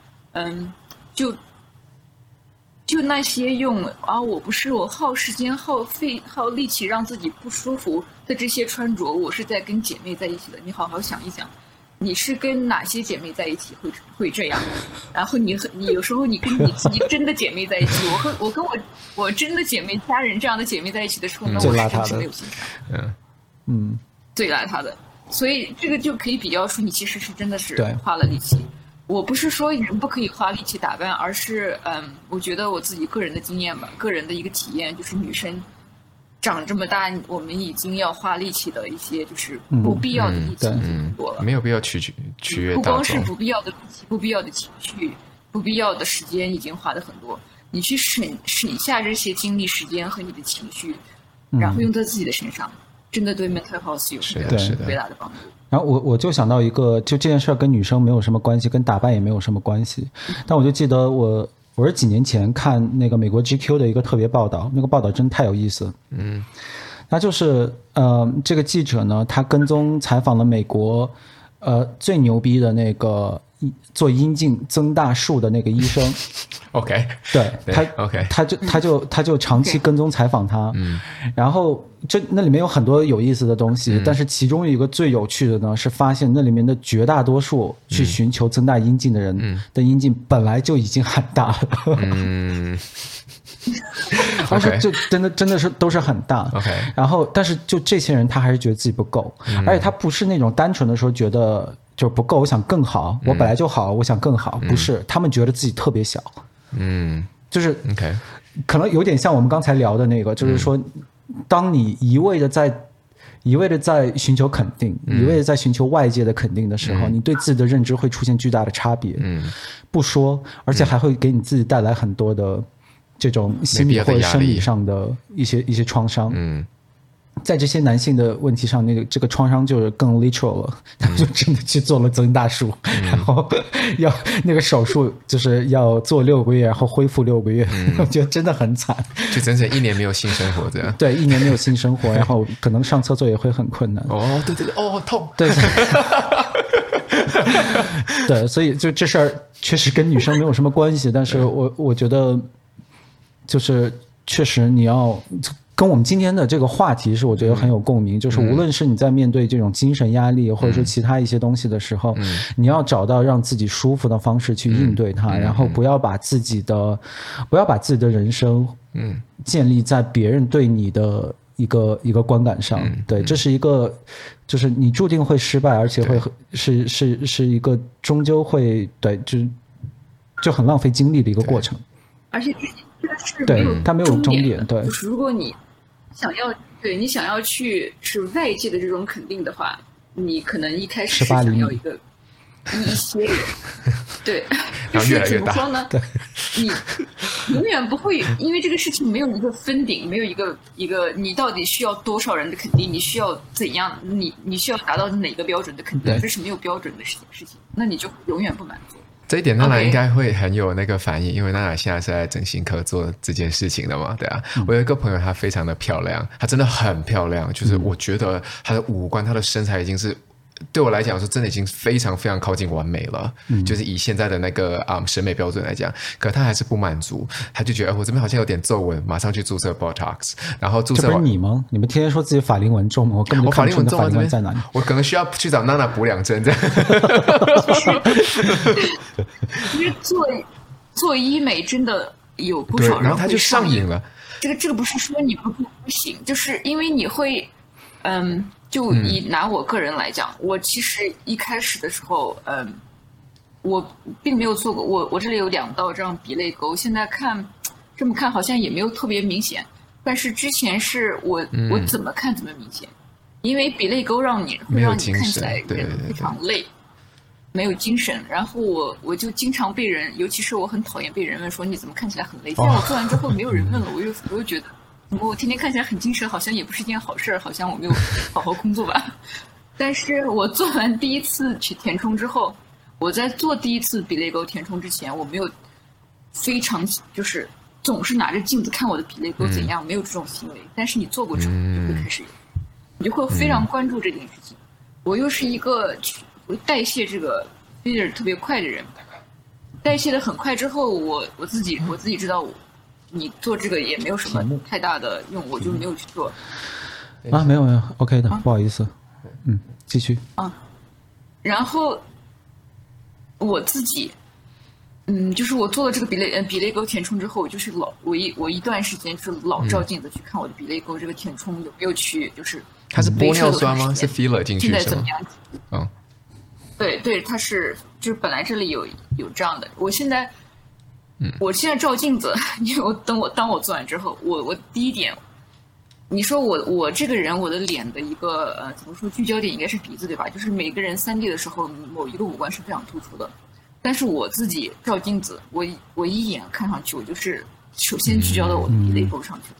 就那些用我耗时间耗力气让自己不舒服的这些穿着，我是在跟姐妹在一起的。你好好想一想，你是跟哪些姐妹在一起会这样？然后你有时候你跟你自己真的姐妹在一起，我跟我真的姐妹家人这样的姐妹在一起的时候，那我是真是没有心肠。最邋遢的。所以这个就可以比较出你其实是真的是花了力气。我不是说人不可以花力气打扮，而是我觉得我自己个人的经验吧，个人的一个体验，就是女生长这么大，我们已经要花力气的一些就是不必要的力气很多了， 没有必要取悦大众， 不光是不必要的力气，不必要的情绪，不必要的时间已经花的很多，你去省下这些精力、时间和你的情绪， 然后用在自己的身上，真的对 mental health 有特别大的帮助。 然后我就想到一个，就这件事跟女生没有什么关系，跟打扮也没有什么关系。但我就记得我是几年前看那个美国 GQ 的一个特别报道，那个报道真太有意思。那就是这个记者呢，他跟踪采访了美国最牛逼的那个做阴茎增大术的那个医生。 OK， 对他 ，OK， 他就长期跟踪采访他，然后那里面有很多有意思的东西，但是其中一个最有趣的呢，是发现那里面的绝大多数去寻求增大阴茎的人的阴茎本来就已经很大了，而且就真的是都是很大。 OK， 然后但是就这些人他还是觉得自己不够，而且他不是那种单纯的说觉得就不够，我想更好，我本来就好，我想更好，不是，他们觉得自己特别小。就是 OK， 可能有点像我们刚才聊的那个，就是说，当你一味的在寻求肯定，一味的在寻求外界的肯定的时候，你对自己的认知会出现巨大的差别。不说，而且还会给你自己带来很多的这种心理或者生理上的一些创伤。在这些男性的问题上，这个创伤就是更 literal 了，他们就真的去做了增大术，然后要那个手术就是要做6个月，然后恢复6个月，我觉得真的很惨， 就整整1年没有性生活这样。 对，1年没有性生活，然后可能上厕所也会很困难。 哦，对，哦，痛。 对。对，所以就这事儿确实跟女生没有什么关系，但是我觉得就是确实你要。跟我们今天的这个话题是我觉得很有共鸣，就是无论是你在面对这种精神压力或者说其他一些东西的时候，你要找到让自己舒服的方式去应对它，然后不要把自己的人生建立在别人对你的一个观感上。对，这是一个就是你注定会失败，而且会是一个终究会对就很浪费精力的一个过程。 而且这个是它没有终点。对， 就是如果你想要去是外界的这种肯定的话，你可能一开始是想要一些人，对，就是怎么说呢？你永远不会因为这个事情没有一个分顶，没有一个你到底需要多少人的肯定，你需要怎样，你需要达到哪个标准的肯定，这是没有标准的事情，那你就永远不满足。 这一点娜娜应该会很有那个反应，因为娜娜现在是在整形科做这件事情的嘛，对啊。我有一个朋友，她非常的漂亮，她真的很漂亮，就是我觉得她的五官、她的身材已经是对我来讲说真的已经非常非常靠近完美了，就是以现在的那个审美标准来讲，可她还是不满足，她就觉得我这边好像有点皱纹，马上去注射 Botox， 然后注射。 这不是你吗？你们天天说自己法令纹重吗？我根本就看不出你的法令纹在哪里。 我可能需要去找娜娜补2针这样。 其实做医美真的有不少人， 然后他就上瘾了。 这个不是说你不行，就是因为你会就以拿我个人来讲，我其实一开始的时候，我并没有做过，我这里有2道这样鼻泪沟，现在这么看好像也没有特别明显，但是之前是我怎么看怎么明显，因为鼻泪沟会让你看起来人非常累，没有精神，然后我就经常被人，尤其是我很讨厌被人问说你怎么看起来很累，现在我做完之后没有人问了，我又觉得。我天天看起来很精神，好像也不是一件好事，好像我没有好好工作吧。但是我做完第一次去填充之后，我在做第一次鼻泪沟填充之前，我没有非常就是总是拿着镜子看我的鼻泪沟怎样，没有这种行为。但是你做过之后，你就会开始有，你就会非常关注这件事情。我又是一个代谢这个 filler 特别快的人，代谢的很快之后，我自己知道你做这个也没有什么太大的用，我就没有去做。 没有 OK 的，不好意思。继续。 然后我自己，就是我做了这个鼻泪沟填充之后，就是我一段时间就是老照镜子去看我的鼻泪沟这个填充有没有去，就是它是玻尿酸吗？是 filler 进去现在怎么样？对，它是就是本来这里有这样的，我现在照镜子，因为当我做完之后，我第一点，你说我这个人我的脸的一个怎么说聚焦点应该是鼻子对吧？就是每个人3D 的时候某一个五官是非常突出的，但是我自己照镜子，我一眼看上去我就是首先聚焦到我的鼻泪沟上去了，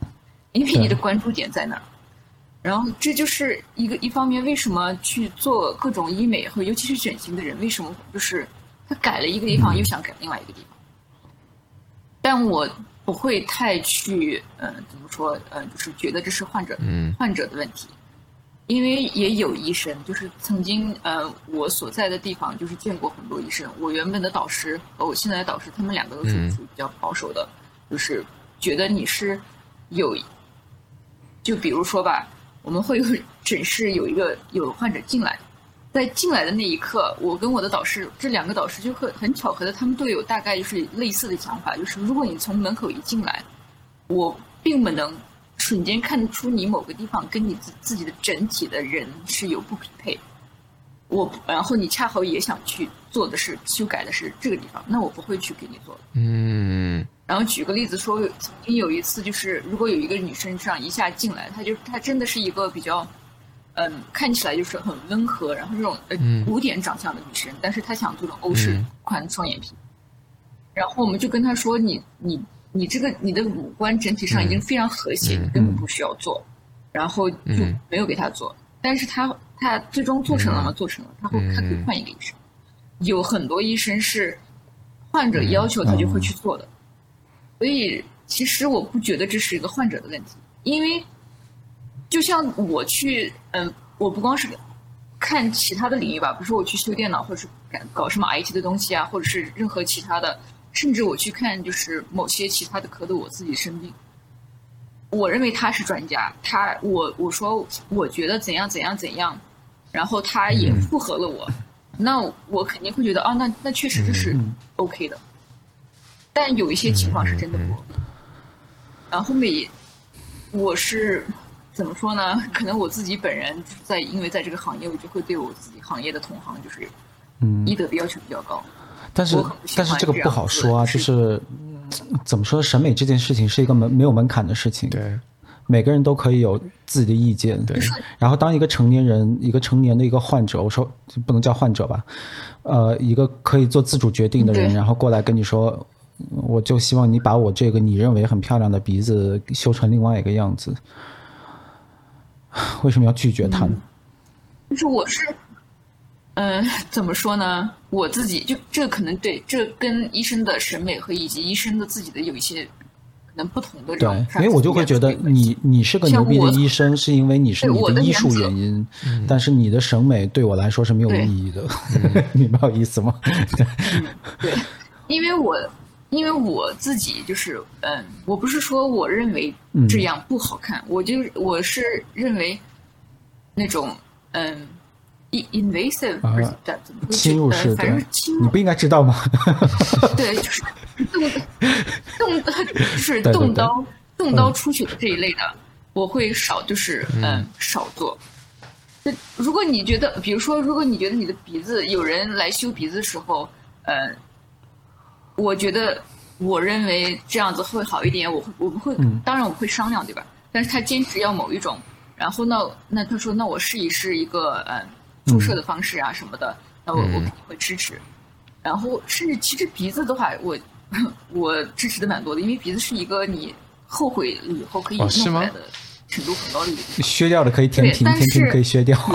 因为你的关注点在那儿。然后这就是一方面，为什么去做各种医美和尤其是整形的人，为什么就是他改了一个地方又想改另外一个地方。但我不会太去怎么说就是觉得这是患者的问题。因为也有医生，就是曾经我所在的地方就是见过很多医生。我原本的导师和我现在的导师，他们两个都是属于比较保守的，就是觉得你是就比如说吧，我们会有诊室有患者进来，在进来的那一刻，我跟我的导师这两个导师就很巧合的，他们都有大概就是类似的想法，就是如果你从门口一进来，我并不能瞬间看得出你某个地方跟你自己的整体的人是有不匹配，然后你恰好也想去做的是修改的是这个地方，那我不会去给你做的。然后举个例子说，曾经有一次就是如果有一个女生这样一下进来，她真的是一个比较看起来就是很温和，然后这种古典长相的女生，但是她想做这种欧式宽双眼皮，然后我们就跟她说你的五官整体上已经非常和谐，你根本不需要做，然后就没有给她做。但是她最终做成了吗？做成了，她可以换一个医生。有很多医生是患者要求他就会去做的，所以其实我不觉得这是一个患者的问题，因为就像我去我不光是看其他的领域吧，比如说我去修电脑，或者是搞什么 IT 的东西啊，或者是任何其他的，甚至我去看就是某些其他的科的我自己生病，我认为他是专家，我说我觉得怎样怎样怎样，然后他也附和了我，那我肯定会觉得那确实这是 OK 的。但有一些情况是真的不 OK。然后我是怎么说呢？可能我自己本人因为在这个行业，我就会对我自己行业的同行就是医德的要求比较高。 但是这个不好说啊，就是怎么说，审美这件事情是一个没有门槛的事情。 对。 每个人都可以有自己的意见，对。然后当一个成年的一个患者，我说不能叫患者吧，一个可以做自主决定的人，然后过来跟你说，我就希望你把我这个你认为很漂亮的鼻子修成另外一个样子，为什么要拒绝他呢？ 就是我是，怎么说呢？我自己就这可能对，这跟医生的审美和以及医生的自己的有一些。不同的对，因为我就会觉得你是个牛逼的医生，是因为你是你的医术原因，但是你的审美对我来说是没有意义的，明白我意思吗？ 对，因为我自己就是我不是说我认为这样不好看，我是认为那种invasive 侵入式，反正你不应该知道吗？ 对，就是动刀出血的这一类的，我会少做。如果你觉得，比如说，如果你觉得你的鼻子有人来修鼻子的时候，我认为这样子会好一点，我们会，当然我们会商量，对吧？但是他坚持要某一种，然后那他说，那我试一试一个注射的方式啊什么的，那我肯定会支持。然后甚至其实鼻子的话，我支持的蛮多的，因为鼻子是一个你后悔了以后可以弄出来的程度很高的一个地方。 削掉的可以填平，填平可以削掉。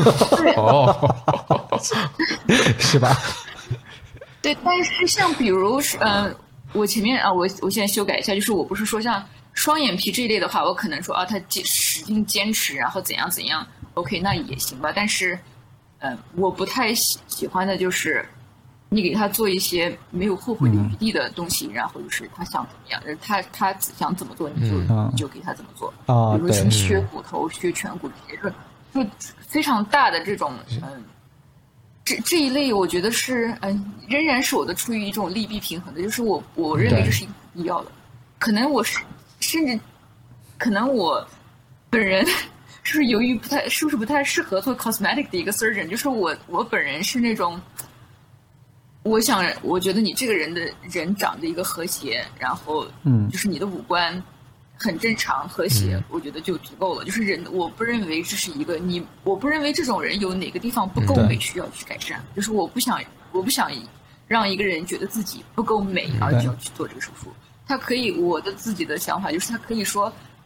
是吧？ 对，但是像比如我前面我现在修改一下，就是我不是说像双眼皮这一类的话，我可能说他使劲坚持，然后怎样怎样 ，OK， 那也行吧。但是我不太喜欢的就是你给他做一些没有后悔的余地的东西，然后就是他想怎么样，他想怎么做你就给他怎么做啊。比如什么削骨头、削颧骨这些，就非常大的这种这一类，我觉得是仍然是我的出于一种利弊平衡的，就是我认为这是必要的。可能我甚至可能我本人是不是由于不太适合做 cosmetic 的一个 surgeon， 就是我本人是那种。我觉得你这个人长得一个和谐，然后就是你的五官很正常和谐，我觉得就足够了。就是我不认为这是一个我不认为这种人有哪个地方不够美需要去改善。就是我不想让一个人觉得自己不够美而就要去做这个手术。他可以，我的自己的想法就是他可以说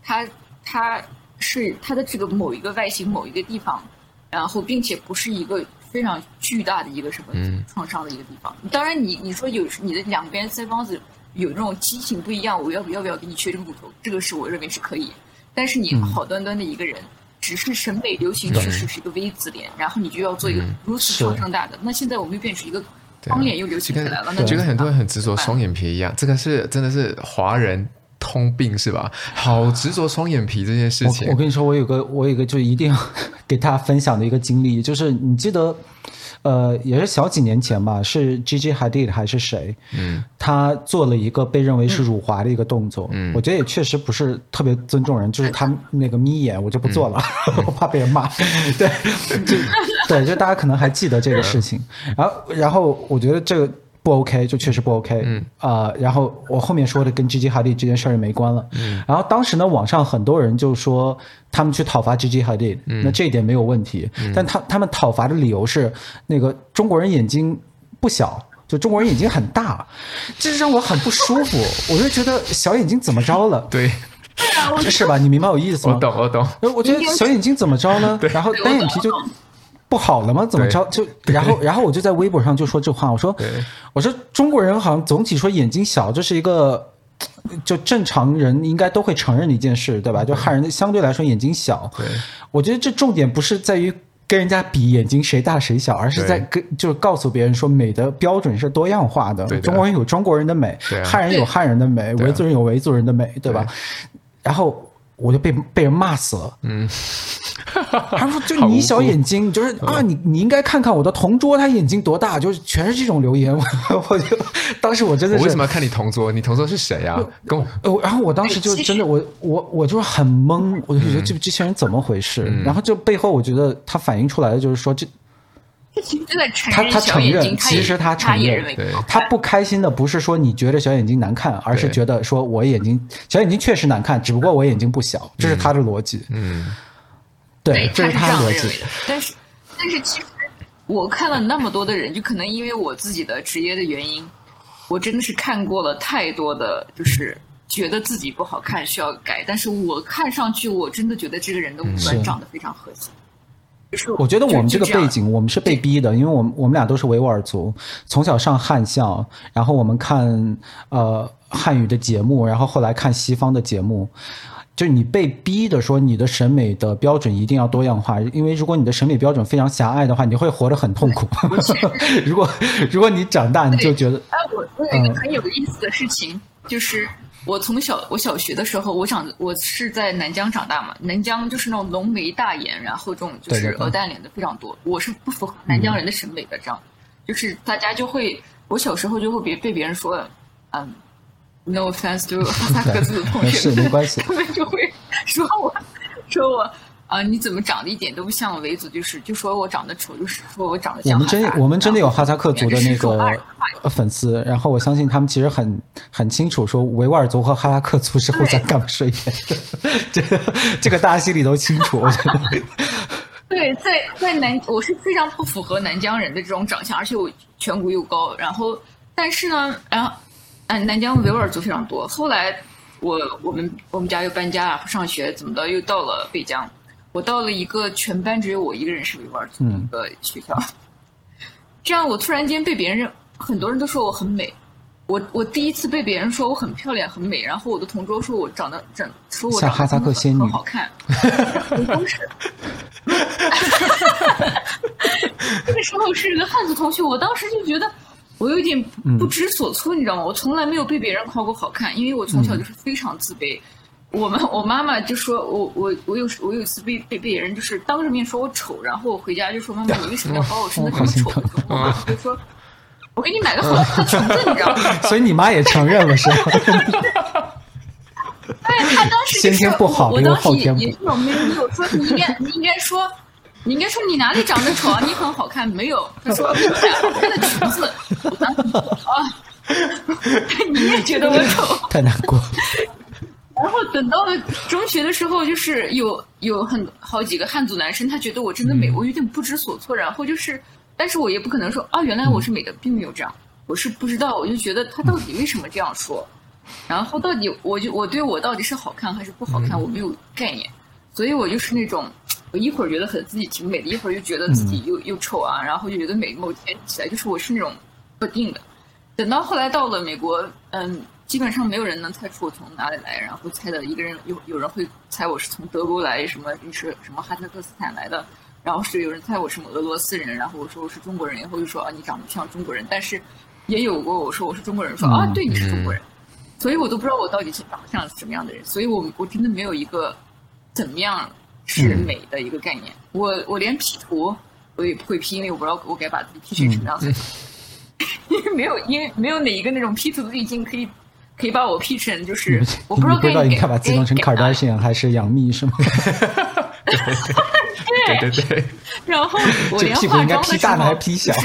它是它的这个某一个外形某一个地方，然后并且不是一个非常巨大的一个什么创伤的一个地方。当然你说有你的两边腮帮子有那种畸形不一样，我要不要给你缺这个骨头，这个是我认为是可以。但是你好端端的一个人，只是审美流行趋势是一个 V 字脸，然后你就要做一个如此创伤大的，那现在我们又变成一个方脸又流行起来了。那就跟很多人很执着双眼皮一样，这个是真的是华人通病是吧？好执着双眼皮这件事情。 我跟你说，我有一个就一定要给大家分享的一个经历，就是你记得。也是小几年前吧，是 Gigi Hadid 还是谁？他做了一个被认为是辱华的一个动作。我觉得也确实不是特别尊重人，就是他那个眯眼，我就不做了，我怕被人骂。对，就大家可能还记得这个事情。然后我觉得这个不 OK， 就确实不 OK。然后我后面说的跟 Gigi Hadid 这件事儿也没关了。然后当时呢，网上很多人就说他们去讨伐 Gigi Hadid，那这一点没有问题。但他们讨伐的理由是那个中国人眼睛不小，就中国人眼睛很大，这让我很不舒服。我就觉得小眼睛怎么着了？ 对。 是吧？你明白我意思吗？ 我懂。 我觉得小眼睛怎么着呢？然后单眼皮就不好了吗？怎么着？就然后我就在微博上就说这话，我说中国人好像总体说眼睛小，这是一个就正常人应该都会承认的一件事，对吧？就汉人相对来说眼睛小。我觉得这重点不是在于跟人家比眼睛谁大谁小，而是在就是告诉别人说美的标准是多样化的。中国人有中国人的美，汉人有汉人的美，维族人有维族人的美，对吧？然后我就被人骂死了。他说：“就你小眼睛，就是啊，你应该看看我的同桌，他眼睛多大，就是全是这种留言。”我就当时我真的是， 我为什么要看你同桌？你同桌是谁啊？跟我， 然后我当时就真的我就很懵，我就觉得这些人怎么回事？然后就背后我觉得他反映出来的就是说这其实就在承认他承认，其实他承认，他不开心的不是说你觉得小眼睛难看，而是觉得说我小眼睛确实难看，只不过我眼睛不小，这是他的逻辑。对，这是他的逻辑。 但是其实我看了那么多的人，就可能因为我自己的职业的原因，我真的是看过了太多的，就是觉得自己不好看需要改，但是我看上去我真的觉得这个人的五官长得非常和谐。 我觉得我们这个背景，我们是被逼的，因为我们俩都是维吾尔族，从小上汉校，然后我们看汉语的节目，然后后来看西方的节目，就你被逼的说你的审美的标准一定要多样化，因为如果你的审美标准非常狭隘的话，你会活得很痛苦。如果你长大你就觉得， 我有一个很有意思的事情，就是我小学的时候，我是在南疆长大嘛，南疆就是那种浓眉大眼，然后这种就是鹅蛋脸的非常多，我是不符合南疆人的审美的，这样就是大家就会，我小时候就会被别人说，no offense， 就哈萨克族的同学是没关系， 他们就会说我你怎么长得一点都不像维族，就说我长得丑，就是说我长得像我们真的有哈萨克族的那个粉丝，然后我相信他们其实很清楚说维吾尔族和哈萨克族是互相干不顺眼的，这个大家心里都清楚。我觉得对，在我是非常不符合南疆人的这种长相，而且我颧骨又高，然后但是呢，南疆维吾尔族非常多。后来我们家又搬家啊，上学怎么的，又到了北疆。我到了一个全班只有我一个人是维吾尔族的一个学校，这样我突然间被别人很多人都说我很美。我第一次被别人说我很漂亮很美，然后我的同桌说我长得像哈萨克仙女很好看。我当时那个时候是一个汉族同学，我当时就觉得我有点不知所措，你知道吗？我从来没有被别人夸过好看，因为我从小就是非常自卑。我妈妈就说我有一次被别人就是当着面说我丑，然后我回家就说妈妈你为什么要把我生得这么丑？我妈就说我给你买个好看的裙子，你知道吗？ 所以你妈也承认了是吧？ 对，她当时先天不好， 我当时后天也是没有说你应该说你哪里长得丑啊？你很好看，没有。她说给你买好看的裙子，我当时你也觉得我丑， 太难过。 然后等到了中学的时候，就是有好几个汉族男生，他觉得我真的美，我有点不知所措。然后就是，但是我也不可能说原来我是美的，并没有这样，我是不知道，我就觉得他到底为什么这样说。 然后到底我对我到底是好看还是不好看，我没有概念，所以我就是那种我一会儿觉得自己挺美的，一会儿又觉得自己又丑啊，然后就觉得某天起来就是我是那种不定的。等到后来到了美国，基本上没有人能猜出我从哪里来，然后猜的一个人有人会猜我是从德国来，什么哈萨克斯坦来的，然后是有人猜我什么俄罗斯人，然后我说我是中国人，然后就说你长得像中国人，但是也有过我说我是中国人，说对你是中国人，所以我都不知道我到底是长相什么样的人，所以我真的没有一个怎么样是美的一个概念，我连 P 图我也不会 P， 因为我不知道我该把自己 P 成什么样子，因为没有哪一个那种 P 图的滤镜可以把我 P 成就是我不知道你该把自己弄成 Kardashian 还是杨幂是吗？ 对，然后我连化妆的时候 P 大还是 P 小？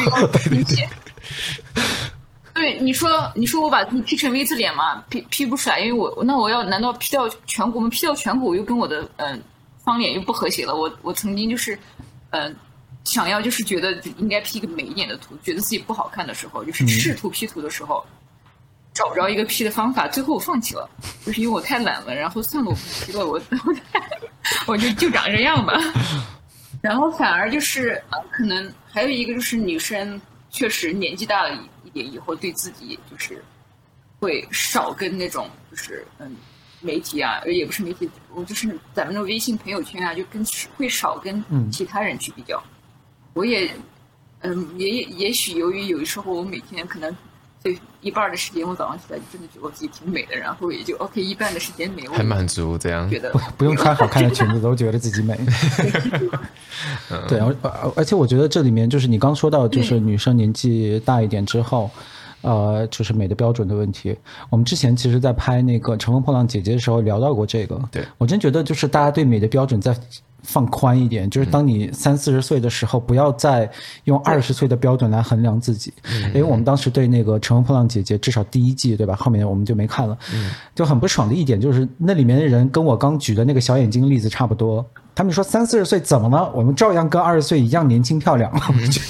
对，你说我把自己 P 成 V 字脸嘛？P 不出来，因为难道 P 掉颧骨吗？P 掉颧骨又跟我的方脸又不和谐了。我曾经就是想要就是觉得应该 P 一个美一点的图，觉得自己不好看的时候，就是试图 P 图的时候，找不着一个 P 的方法，最后我放弃了，就是因为我太懒了，然后算了，我不 P 了，我就长这样吧。然后反而就是可能还有一个就是女生确实年纪大了一点以后，对自己就是会少跟那种就是媒体啊，也不是媒体，我就是咱们的微信朋友圈啊，就会少跟其他人去比较。我也也许由于有的时候我每天可能对一半的时间我早上起来就真的觉得我自己挺美的，然后也就 OK 一半的时间美， 很满足这样， 觉得不用穿好看的裙子都觉得自己美。对，而且我觉得这里面就是你刚说到，就是女生年纪大一点之后。就是美的标准的问题。我们之前其实在拍那个《乘风破浪姐姐》的时候聊到过这个。 对，我真觉得就是大家对美的标准再放宽一点，就是当你30-40岁的时候，不要再用20岁的标准来衡量自己。因为我们当时对那个《乘风破浪姐姐》至少第一季，对吧？后面我们就没看了。就很不爽的一点就是那里面的人跟我刚举的那个小眼睛例子差不多，他们说30-40岁怎么了？我们照样跟20岁一样年轻漂亮。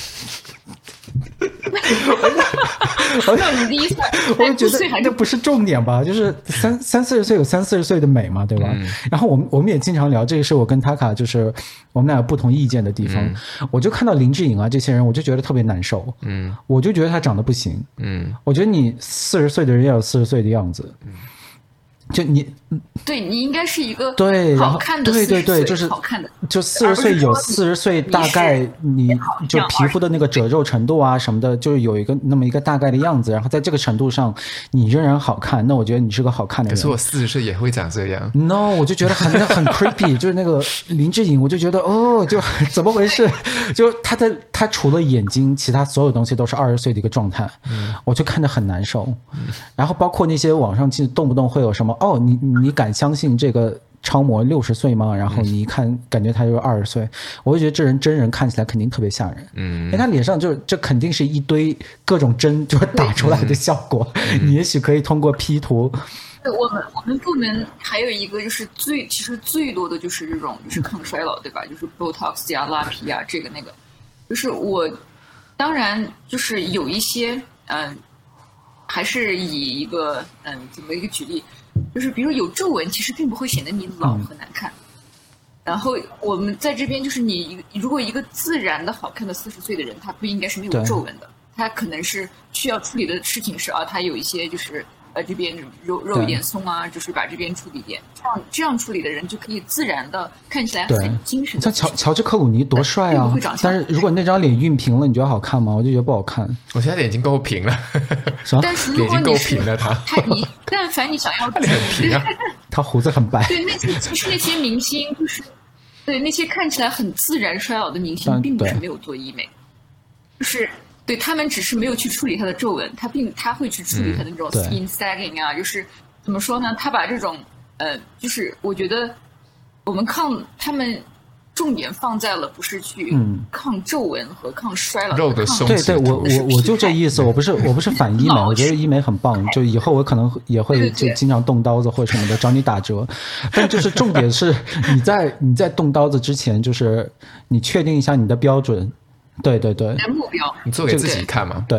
我就觉得这不是重点吧，就是30-40岁有30-40岁的美嘛，对吧？然后我们也经常聊，这个是我跟塔卡就是我们俩有不同意见的地方。我就看到林志颖啊这些人，我就觉得特别难受。我就觉得他长得不行。我觉得你40岁的人要有40岁的样子。就你应该是一个对好看的对，就是好看的， 就40岁有40岁大概你就皮肤的那个褶皱程度啊什么的，就是有那么一个大概的样子，然后在这个程度上你仍然好看，那我觉得你是个好看的人。 可是我40岁也会长这样。 No， 我就觉得很creepy， 就是那个林志颖，我就觉得就怎么回事？就他除了眼睛，其他所有东西都是20岁的一个状态，我就看着很难受。然后包括那些网上其实动不动会有什么你敢相信这个超模60岁吗？然后你一看感觉他就是20岁，我就觉得这人真人看起来肯定特别吓人。因为他脸上这肯定是一堆各种针就是打出来的效果。你也许可以通过 P 图。 我们部门还有一个就是其实最多的就是这种就是抗衰老，对吧？就是 Botox 呀、拉皮呀，这个那个。就是我当然就是有一些还是以一个怎么一个举例。就是比如有皱纹其实并不会显得你老和难看。然后我们在这边就是如果一个自然的好看的40岁的人，他不应该是没有皱纹的，他可能是需要处理的事情是他有一些就是这边肉有点松啊，就是把这边处理一点，这样处理的人就可以自然的看起来很精神。 像乔治克鲁尼多帅啊！但是如果那张脸熨平了，你觉得好看吗？我就觉得不好看。 我现在脸已经够平了， 但是如果已经够平了你但凡你想要很平啊， 他胡子很白。 对，其实那些明星就是对那些看起来很自然衰老的明星，并不是没有做医美，就是对他们只是没有去处理他的皱纹，他会去处理他的那种 skin sagging 啊，就是怎么说呢？他把这种就是我觉得我们他们重点放在了不是去抗皱纹和抗衰老肉的松弛。 对，我就这意思，我不是反医美，我觉得医美很棒，就以后我可能也会就经常动刀子或什么的找你打折。但就是重点是你在动刀子之前，就是你确定一下你的标准。对， 目标你做给自己看嘛。 对，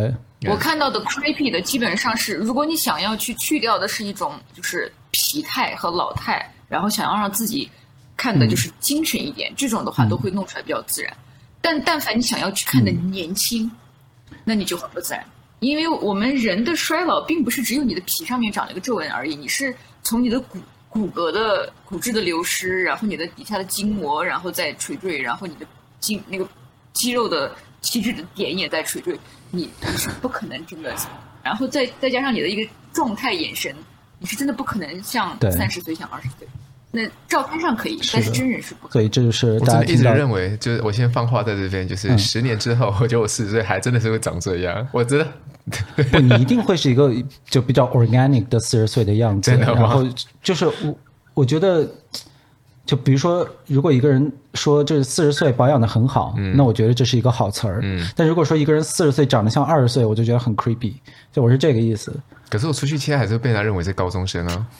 我看到的 creepy 的基本上是，如果你想要去掉的是一种就是疲态和老态，然后想要让自己看的就是精神一点，这种的话都会弄出来比较自然。但凡你想要去看的年轻，那你就很不自然。因为我们人的衰老并不是只有你的皮上面长了一个皱纹而已，你是从你的骨骼的骨质的流失，然后你的底下的筋膜，然后再垂坠，然后你的那个肌肉的气质的点也在垂坠，你是不可能真的，然后再加上你的一个状态眼神，你是真的不可能像30岁像20岁。那照片上可以，但是真人是不可以。 所以这就是大家一直认为，就是我先放话在这边，就是10年之后，我觉得我40岁还真的是会长这样。我知道， 不，你一定会是一个就比较 organic 的40岁的样子。 真的吗？ 然后就是我觉得，就比如说，如果一个人说这40岁保养的很好，那我觉得这是一个好词儿。但如果说一个人40岁长得像20岁，我就觉得很 creepy。就我是这个意思。 可是我出去现在还是会被他认为是高中生啊。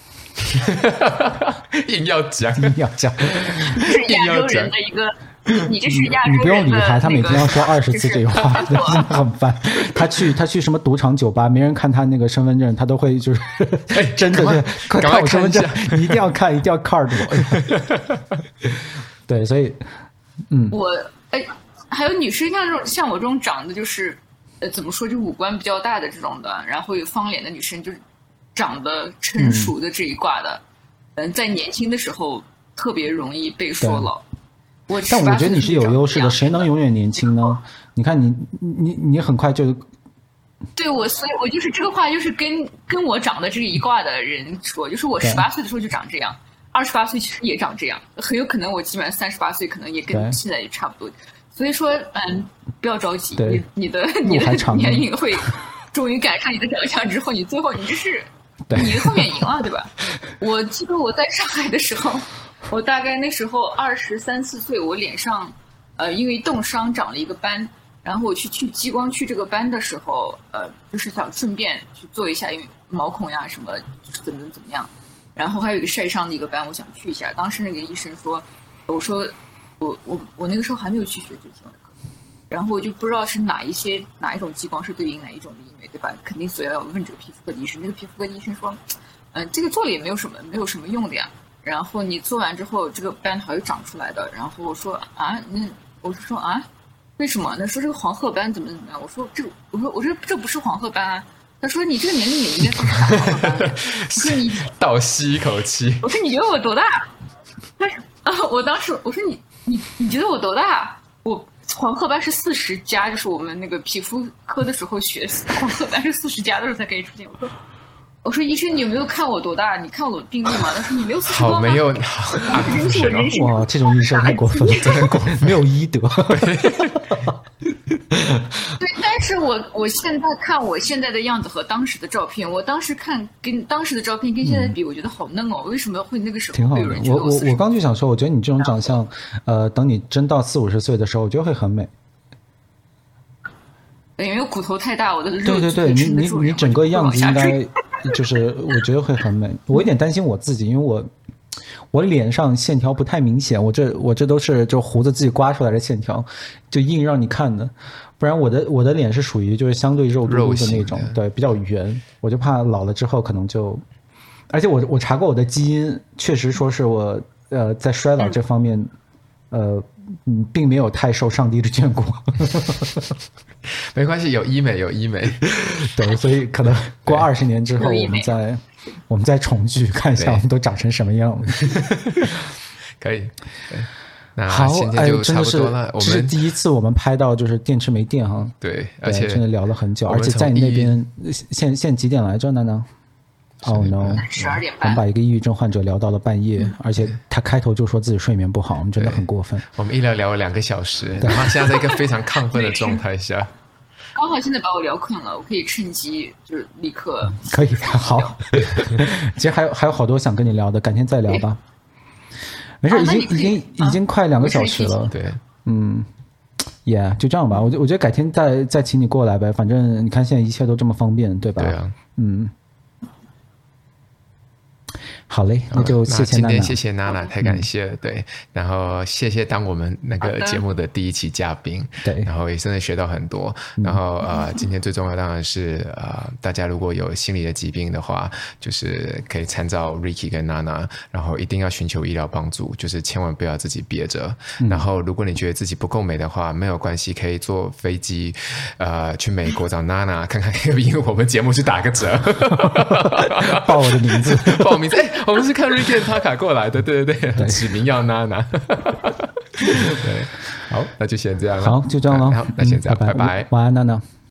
硬要讲， 是亚洲人的一个，你这是亚洲人的、 你不用理他，他每天要说20次这个话，真的很烦。他去什么赌场酒吧，没人看他那个身份证，他都会就是真的是快看我身份证，你一定要看，一定要 card 我。对，所以我还有女生像我这种长得就是怎么说，就五官比较大的这种的，然后有方脸的女生，就是长得成熟的这一挂的，在年轻的时候特别容易被说老。 但我觉得你是有优势的，谁能永远年轻呢？你看你很快就。 对，所以我就是这个话，就是跟我长得这一挂的人说，就是我18岁的时候就长这样，28岁其实也长这样，很有可能我基本上38岁可能也跟现在也差不多。所以说，不要着急，你的年龄会终于赶上你的长相之后，你最后你就是你的后面赢了，对吧？我记得我在上海的时候，我大概那时候23、24岁，我脸上因为冻伤长了一个斑，然后我去激光去这个斑的时候，就是想顺便去做一下，因为毛孔呀什么怎么样，然后还有一个晒伤的一个斑，我想去一下。当时那个医生说，我说我那个时候还没有去学这些课，然后我就不知道是哪一种激光是对应哪一种的医美，对吧？肯定所要问这个皮肤科的医生。这个皮肤科的医生说，这个做了也没有什么用的呀。然后你做完之后，这个斑还会长出来的。然后我说我就说为什么？他说这个黄褐斑怎么样？我说这不是黄褐斑啊。他说你这个年龄也应该算是黄褐斑。我说你倒吸一口气。 我说你觉得我多大？他说我当时我说你觉得我多大？我黄褐斑是40加，就是我们那个皮肤科的时候学黄褐斑是40加的时候才可以出现。我说医生，你有没有看我多大？你看我病历吗？他说你没有40多吗？ 好没有， 哇，这种医生太过分了，真的过分，没有医德。 对，但是我现在看我现在的样子和当时的照片，我当时看跟当时的照片跟现在比，我觉得好嫩哦。为什么会那个时候会有人觉得我刚就想说，我觉得你这种长相，等你真到40、50岁的时候，我觉得会很美。 因为骨头太大，我的肉对，你整个样子应该就是我觉得会很美。我有点担心我自己，因为我脸上线条不太明显，我这都是就胡子自己刮出来的线条，就硬让你看的。不然我的脸是属于就是相对肉嘟嘟的那种，对，比较圆。我就怕老了之后可能就，而且我查过我的基因，确实说是我在衰老这方面并没有太受上帝的眷顾。 没关系，有医美。 对，所以可能过20年之后，我们再重聚，看一下我们都长成什么样子。 可以。那好， 现在就差不多了。 这是第一次我们拍到就是电池没电哈。 对，而且真的聊了很久，而且在你那边现几点来着，楠楠？Oh no！ 12点半， 我们把一个抑郁症患者聊到了半夜，而且他开头就说自己睡眠不好，我们真的很过分。 我们一聊了2个小时，然后现在在一个非常亢奋的状态下。 刚好现在把我聊困了，我可以趁机就是立刻。 可以，好。其实还有好多想跟你聊的，改天再聊吧。没事，已经快2个小时了。 对， 就这样吧。我觉得改天再请你过来呗，反正你看现在一切都这么方便，对吧？ 对啊。 好嘞，那就谢谢娜娜。 今天谢谢娜娜，太感谢了。对，然后谢谢当我们那个节目的第一期嘉宾。 对， 然后也真的学到很多。然后今天最重要当然是大家如果有心理的疾病的话，就是可以参照 Ricky 跟娜娜，然后一定要寻求医疗帮助，就是千万不要自己憋着。然后如果你觉得自己不够美的话，没有关系，可以坐飞机去美国找娜娜看看，因为我们节目去打个折。 报我的名字， 报我名字。我们是看 Ricky 他卡过来的，对，指名要娜娜。对，好，那就先这样了。 好，就这样了。 好，那先这样，拜拜。 晚安，娜娜。